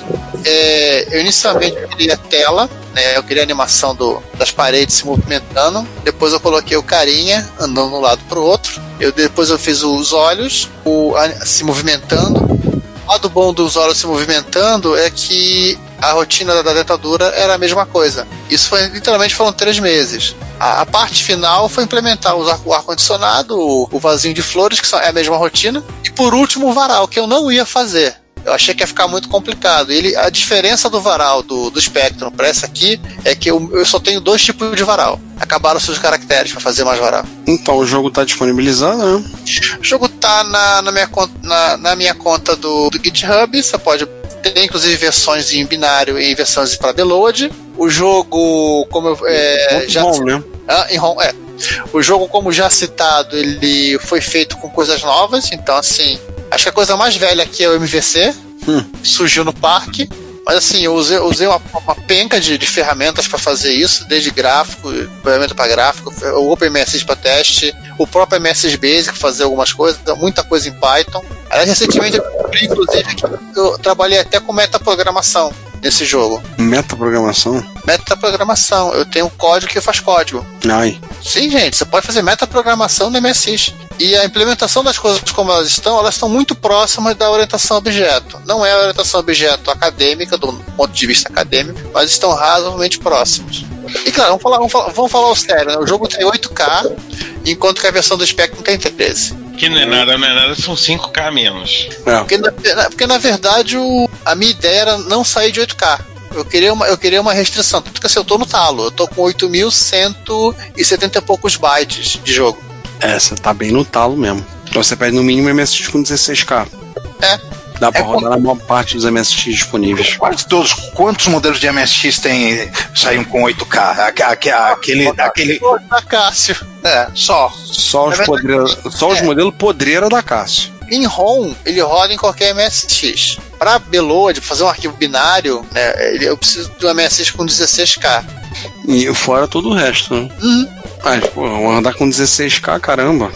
é, eu inicialmente queria tela, né, eu queria a animação do, das paredes se movimentando, depois eu coloquei o carinha andando de um lado para o outro, eu, depois eu fiz os olhos o, a, se movimentando. O lado bom dos olhos se movimentando é que a rotina da dentadura era a mesma coisa. Isso foi, literalmente foram três meses. A, a parte final foi implementar o ar-condicionado, o, o vasinho de flores, que é a mesma rotina, e por último o varal, que eu não ia fazer. Eu achei que ia ficar muito complicado. Ele, a diferença do varal do, do Spectrum para essa aqui é que eu, eu só tenho dois tipos de varal. Acabaram seus caracteres para fazer mais varal. Então o jogo tá disponibilizado, né? O jogo tá na, na, minha, conta, na, na minha conta do, do GitHub. Você pode ter inclusive versões em binário e versões para download. O jogo, como eu é, muito já bom, né? Ah, em ROM, é. O jogo, como já citado, ele foi feito com coisas novas. Então, assim, acho que a coisa mais velha aqui é o M V C. Hum. Surgiu no parque. Mas assim, eu usei, usei uma, uma penca de, de ferramentas para fazer isso, desde gráfico, ferramenta para gráfico, o OpenMSX para teste, o próprio M S X Basic para fazer algumas coisas, muita coisa em Python. Aliás, recentemente, eu, inclusive, eu trabalhei até com metaprogramação nesse jogo. Metaprogramação? Metaprogramação. Eu tenho um código que faz código. Ai. Sim, gente, você pode fazer metaprogramação no M S X. E a implementação das coisas como elas estão, elas estão muito próximas da orientação a objeto. Não é a orientação a objeto acadêmica, do ponto de vista acadêmico, mas estão razoavelmente próximas. E claro, vamos falar, vamos falar, vamos falar o sério, né? O jogo tem oito K, enquanto que a versão do Spectrum tem treze. Que não é nada, não é nada, são cinco K menos. É. Porque, na, porque na verdade o, a minha ideia era não sair de oito K. Eu queria uma, eu queria uma restrição, porque assim, eu tô no talo, eu tô com oito mil cento e setenta e poucos bytes de jogo. É, você tá bem no talo mesmo. Então você pede no mínimo M S X com dezesseis K. É. Dá pra é rodar com... na maior parte dos M S X disponíveis. Quase todos. Quantos modelos de M S X tem, saem com oito K? Aquele. aquele, aquele... Da Cássio. É, só. Só os, podreira, só os é. modelos podreira da Cássio. Em ROM, ele roda em qualquer M S X. Pra Beload, pra fazer um arquivo binário, né, eu preciso de um M S X com dezesseis K. E fora todo o resto, né? Uhum. Mas, pô, vou andar com dezesseis K, caramba.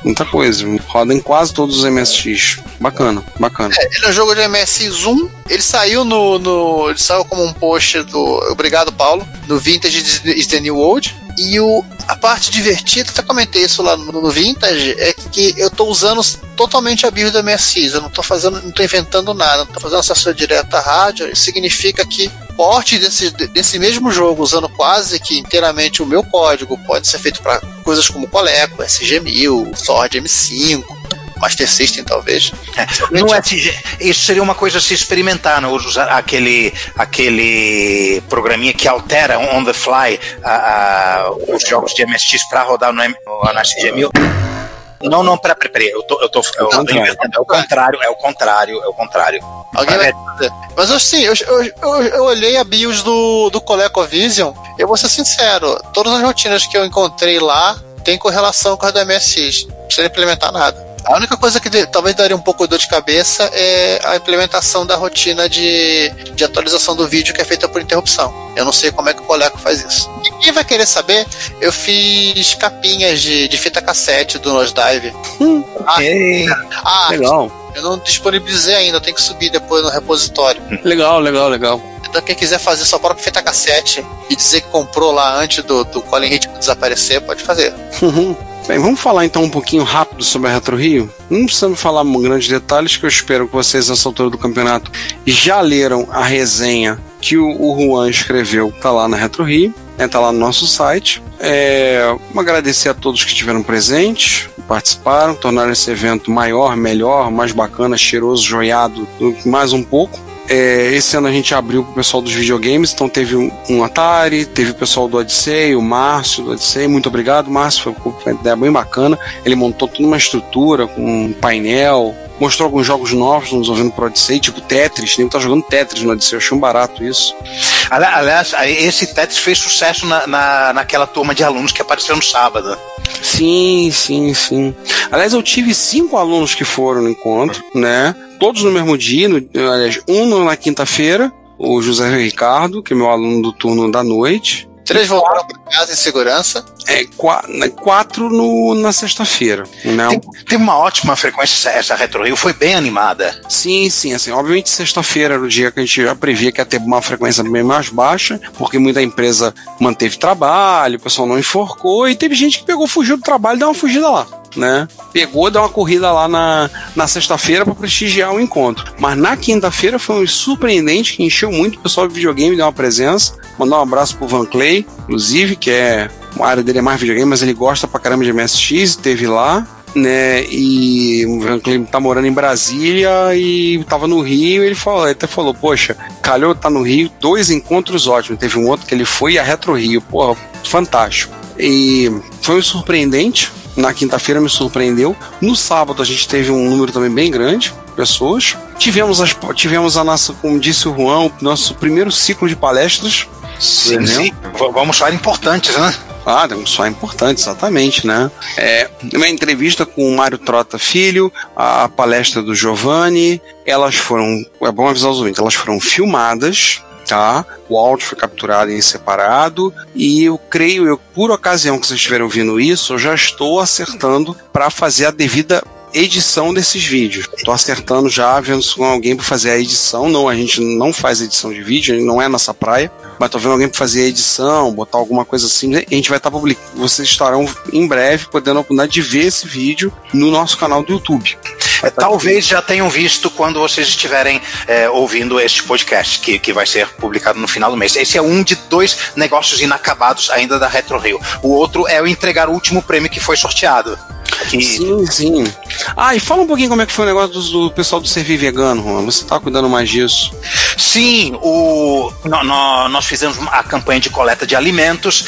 muita coisa. Roda em quase todos os M S X. Bacana, bacana. É, ele é um jogo de M S X um, ele saiu no, no. Ele saiu como um post do. Obrigado, Paulo. No Vintage is the New Old. E o, a parte divertida, até comentei isso lá no, no Vintage, é que eu tô usando totalmente a build do M S X. Eu não tô fazendo, não tô inventando nada, não tô fazendo acesso direto à rádio. Isso significa que porte desse, desse mesmo jogo, usando quase que inteiramente o meu código, pode ser feito para coisas como Coleco, S G mil, Sword M cinco, Master System, talvez. É, no S G, isso seria uma coisa a se experimentar, não? Usar aquele, aquele programinha que altera on the fly a, a, os jogos de M S X para rodar no, no, no S G mil. Não, não, peraí, peraí, peraí, eu tô, eu tô, eu tô inventando, é o contrário, é o contrário, é o contrário. Alguém vai fazer. Mas assim, eu, eu, eu, eu olhei a BIOS do, do ColecoVision, eu vou ser sincero, todas as rotinas que eu encontrei lá tem correlação com a do M S X, não precisa implementar nada. A única coisa que de, talvez daria um pouco de dor de cabeça é a implementação da rotina de, de atualização do vídeo que é feita por interrupção. Eu não sei como é que o Coleco faz isso. E quem vai querer saber, eu fiz capinhas de, de fita cassete do Nosedive. Hum, ah, ah, legal. Eu não disponibilizei ainda, eu tenho que subir depois no repositório. Legal, legal, legal. Então quem quiser fazer sua própria fita cassete e dizer que comprou lá antes do, do Colin Ritmo desaparecer, pode fazer. Uhum. Bem, vamos falar então um pouquinho rápido sobre a Retro Rio. Não precisamos falar em grandes detalhes, que eu espero que vocês, nessa altura do campeonato, já leram a resenha que o, o Juan escreveu, tá lá na Retro Rio, né, tá lá no nosso site. É, agradecer a todos que estiveram presentes, participaram, tornaram esse evento maior, melhor, mais bacana, cheiroso, joiado, mais um pouco. É, esse ano a gente abriu pro pessoal dos videogames, então teve um, um Atari, teve o pessoal do Odyssey, o Márcio do Odyssey, muito obrigado, Márcio, foi, foi uma ideia bem bacana. Ele montou toda uma estrutura com um painel, mostrou alguns jogos novos, nos ouvindo pro Odyssey, tipo Tetris, nem tá jogando Tetris no Odyssey, eu achei um barato isso. Aliás, esse Tetris fez sucesso na, na, naquela turma de alunos que apareceu no sábado. Sim, sim, sim. Aliás, eu tive cinco alunos que foram no encontro, né? Todos no mesmo dia, no, aliás, um na quinta-feira, o José Ricardo, que é meu aluno do turno da noite. Três voltaram para casa em segurança. É, quatro, quatro no, na sexta-feira. Né? Tem, tem uma ótima frequência, essa Retro Rio foi bem animada. Sim, sim, assim, obviamente sexta-feira era o dia que a gente já previa que ia ter uma frequência bem mais baixa, porque muita empresa manteve trabalho, o pessoal não enforcou, e teve gente que pegou, fugiu do trabalho e deu uma fugida lá. Né? Pegou, deu uma corrida lá na, na sexta-feira para prestigiar o encontro. Mas na quinta-feira foi um surpreendente que encheu muito o pessoal do videogame, deu uma presença. Mandar um abraço pro Van Clay, inclusive, que é a área dele é mais videogame, mas ele gosta pra caramba de M S X, esteve lá, né? E o Van Clay tá morando em Brasília e tava no Rio, e ele falou, ele até falou, poxa, calhou tá no Rio, dois encontros ótimos. Teve um outro que ele foi e a Retro Rio, porra, fantástico. E foi um surpreendente. Na quinta-feira me surpreendeu. No sábado a gente teve um número também bem grande de pessoas. Tivemos, as, tivemos a nossa, como disse o Juan, o nosso primeiro ciclo de palestras. Sim, sim. Vamos falar importantes, né? Ah, vamos falar importantes, exatamente, né? É, uma entrevista com o Mário Trota Filho, a palestra do Giovanni. Elas foram, é bom avisar os ouvintes, elas foram filmadas. Tá? O áudio foi capturado em separado e eu creio, eu, por ocasião que vocês estiverem ouvindo isso, eu já estou acertando para fazer a devida edição desses vídeos. Estou acertando já, vendo com alguém para fazer a edição. Não, a gente não faz edição de vídeo, não é nossa praia, mas estou vendo alguém para fazer a edição, botar alguma coisa assim. E a gente vai estar publicando. Vocês estarão em breve podendo a oportunidade de ver esse vídeo no nosso canal do YouTube. É, talvez já tenham visto quando vocês estiverem é, ouvindo este podcast, que, que vai ser publicado no final do mês. Esse é um de dois negócios inacabados ainda da Retro Rio. O outro é o entregar o último prêmio que foi sorteado. Que... Sim, sim. Ah, e fala um pouquinho como é que foi o negócio do, do pessoal do Servir Vegano, Juan. Você tá cuidando mais disso? Sim, o, no, no, nós fizemos a campanha de coleta de alimentos.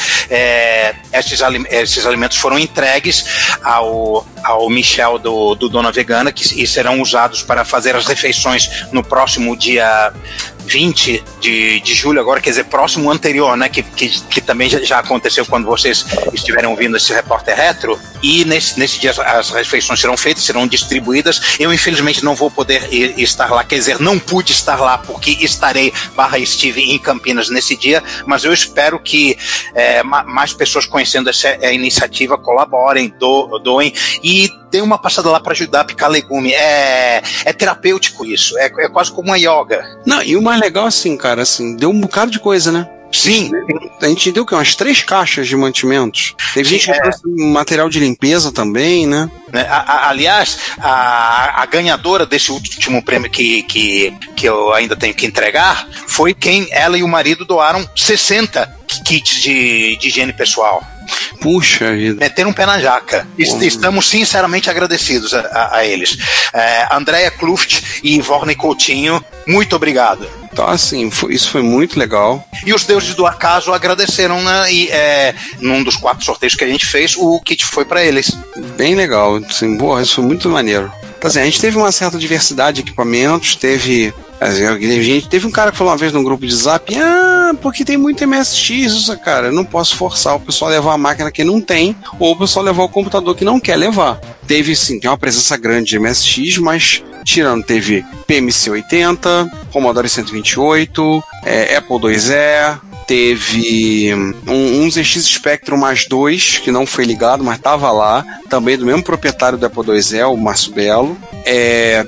É, esses, esses alimentos foram entregues ao, ao Michel do, do Dona Vegana, que e serão usados para fazer as refeições no próximo dia vinte de, de julho, agora, quer dizer, próximo anterior, né, que, que, que também já, já aconteceu quando vocês estiverem ouvindo esse Repórter Retro, e nesse, nesse dia as, as refeições serão feitas, serão distribuídas. Eu, infelizmente, não vou poder ir, estar lá, quer dizer, não pude estar lá, porque estarei, barra estive em Campinas nesse dia, mas eu espero que é, ma, mais pessoas conhecendo essa iniciativa colaborem, do, doem, e Dê uma passada lá pra ajudar a picar legume. É, é terapêutico isso. É, é quase como uma yoga. Não, e o mais legal, assim, cara, assim, deu um bocado de coisa, né? Sim. A gente deu o quê? Umas três caixas de mantimentos. Teve Sim, gente que é. trouxe material de limpeza também, né? Né? A, a, aliás, a, a ganhadora desse último prêmio que, que, que eu ainda tenho que entregar foi quem ela e o marido doaram sessenta kits de, de higiene pessoal. Puxa vida. Meteram um pé na jaca. Est- Estamos sinceramente agradecidos a, a, a eles. É, Andréa Kluft e Vorney Coutinho, muito obrigado. Então, assim, foi, isso foi muito legal. E os deuses do acaso agradeceram, né? E é, num dos quatro sorteios que a gente fez, o kit foi pra eles. Bem legal. Assim, porra, isso foi muito maneiro. Então, assim, a gente teve uma certa diversidade de equipamentos, teve... Teve, gente, teve um cara que falou uma vez num grupo de zap, ah, porque tem muito M S X, isso, cara, eu não posso forçar o pessoal a levar a máquina que não tem, ou o pessoal levar o computador que não quer levar. Teve, sim, tem uma presença grande de M S X, mas tirando, teve P M C oitenta, Commodore cento e vinte e oito, é, Apple dois E, teve um, um Z X Spectrum mais dois, que não foi ligado, mas estava lá, também do mesmo proprietário do Apple dois E, o Márcio Belo. É,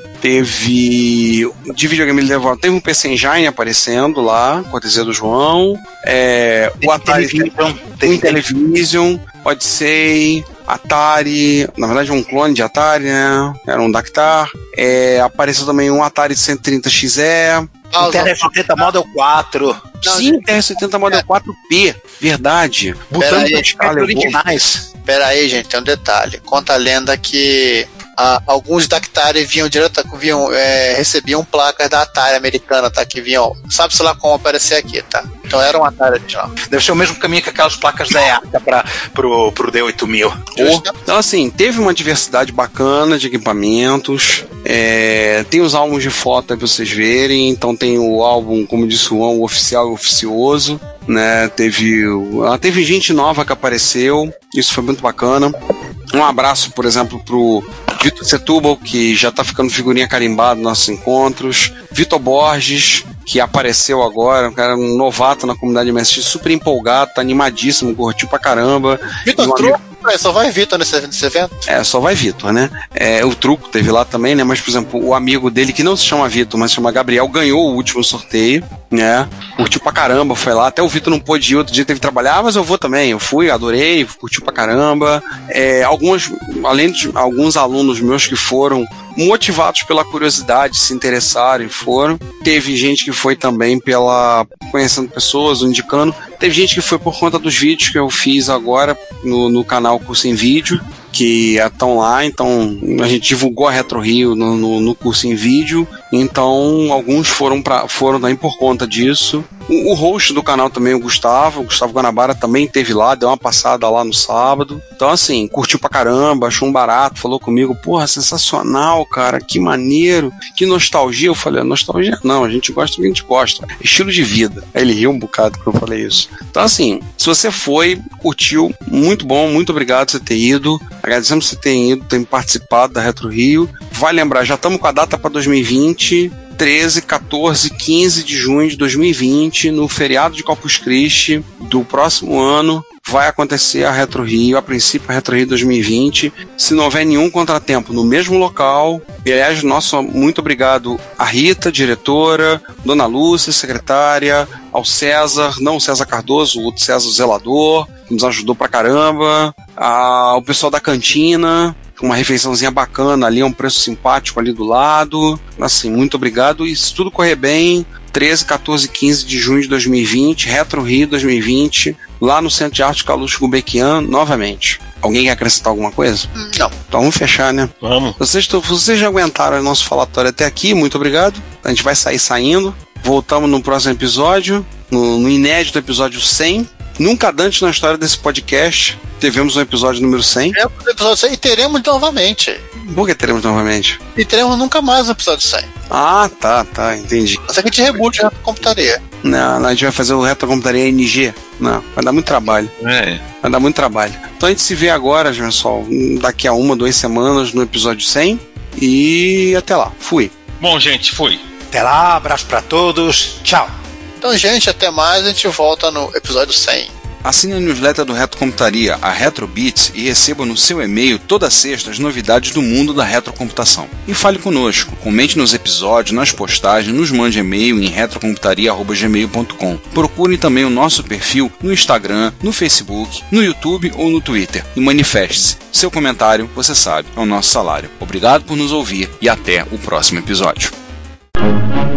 teve de videogame ele levou, teve um P C Engine aparecendo lá, cortesia do João. É, o Atari Television, um Television, Odyssey, Atari, na verdade um clone de Atari, né? Era um Dactar. É, apareceu também um Atari cento e trinta X E. Ah, o T R setenta Model quatro. Sim, T R setenta Model quatro P, verdade. Botando as escalas originais. Pera aí, gente, tem um detalhe. Conta a lenda que ah, alguns Dactari vinham direto, vinham, é, recebiam placas da Atari americana, tá? Que vinham, sabe-se lá como aparecer aqui, tá? Então era um Atari original. Deve ser o mesmo caminho que aquelas placas da E A T para pro, pro D oito mil. Então, assim, teve uma diversidade bacana de equipamentos. É, tem os álbuns de foto aí pra vocês verem. Então tem o álbum, como disse o Juan, o oficial e o oficioso, né? Teve, teve gente nova que apareceu. Isso foi muito bacana. Um abraço, por exemplo, pro Vitor Setúbal, que já tá ficando figurinha carimbada nos nossos encontros. Vitor Borges, que apareceu agora, um cara um novato na comunidade M S X, super empolgado, tá animadíssimo, curtiu pra caramba. Vitor Truco, é, só vai Vitor nesse, nesse evento? É, só vai Vitor, né? É, o Truco teve lá também, né? Mas, por exemplo, o amigo dele, que não se chama Vitor, mas se chama Gabriel, ganhou o último sorteio, né? Curtiu pra caramba, foi lá. Até o Vitor não pôde ir, outro dia teve que trabalhar, ah, mas eu vou também. Eu fui, adorei, curtiu pra caramba. É, algumas, além de alguns alunos meus que foram motivados pela curiosidade, se interessaram e foram. Teve gente que foi também pela conhecendo pessoas, indicando. Teve gente que foi por conta dos vídeos que eu fiz agora no, no canal Curso em Vídeo, que estão lá, então a gente divulgou a Retro Rio no, no, no curso em vídeo, então alguns foram, pra, foram também por conta disso. O, o host do canal também, o Gustavo, o Gustavo Guanabara também teve lá, deu uma passada lá no sábado. Então assim, curtiu pra caramba, achou um barato, falou comigo, porra, sensacional, cara, que maneiro, que nostalgia. Eu falei, nostalgia não, a gente gosta do que a gente gosta, estilo de vida. Aí ele riu um bocado quando eu falei isso. Então assim, se você foi, curtiu, muito bom, muito obrigado por você ter ido. Agradecemos por você ter ido, ter participado da Retro Rio. Vai lembrar, já estamos com a data para dois mil e vinte, treze, quatorze, quinze de junho de dois mil e vinte, no feriado de Corpus Christi do próximo ano. Vai acontecer a Retro Rio, a princípio a Retro Rio dois mil e vinte, se não houver nenhum contratempo, no mesmo local. E, aliás, nosso muito obrigado à Rita, diretora, Dona Lúcia, secretária, ao César, não o César Cardoso, o outro César, o zelador, que nos ajudou pra caramba, ao pessoal da cantina, uma refeiçãozinha bacana ali, um preço simpático ali do lado. Assim, muito obrigado, e se tudo correr bem, treze, quatorze, quinze de junho de dois mil e vinte, Retro Rio dois mil e vinte, lá no Centro de Arte Calouste Gulbenkian, novamente. Alguém quer acrescentar alguma coisa? Não. Então vamos fechar, né? Vamos. Vocês, vocês já aguentaram o nosso falatório até aqui, muito obrigado. A gente vai sair saindo. Voltamos no próximo episódio, no, no inédito episódio cem. Nunca antes na história desse podcast tivemos um episódio número cem. É o episódio cem e teremos novamente. Por que teremos novamente? E teremos nunca mais o episódio cem. Ah, tá, tá, entendi. Mas é que a gente reboot a computaria. Não, a gente vai fazer o Retrocomputaria N G. Não, vai dar muito trabalho. É. Vai dar muito trabalho. Então a gente se vê agora, pessoal, daqui a uma, duas semanas no episódio cem. E até lá. Fui. Bom, gente, fui. Até lá, abraço pra todos. Tchau. Então, gente, até mais. A gente volta no episódio cem. Assine a newsletter do Retrocomputaria, a RetroBits, e receba no seu e-mail toda sexta as novidades do mundo da retrocomputação. E fale conosco, comente nos episódios, nas postagens, nos mande e-mail em retrocomputaria arroba gmail ponto com. Procure também o nosso perfil no Instagram, no Facebook, no YouTube ou no Twitter e manifeste-se. Seu comentário, você sabe, é o nosso salário. Obrigado por nos ouvir e até o próximo episódio.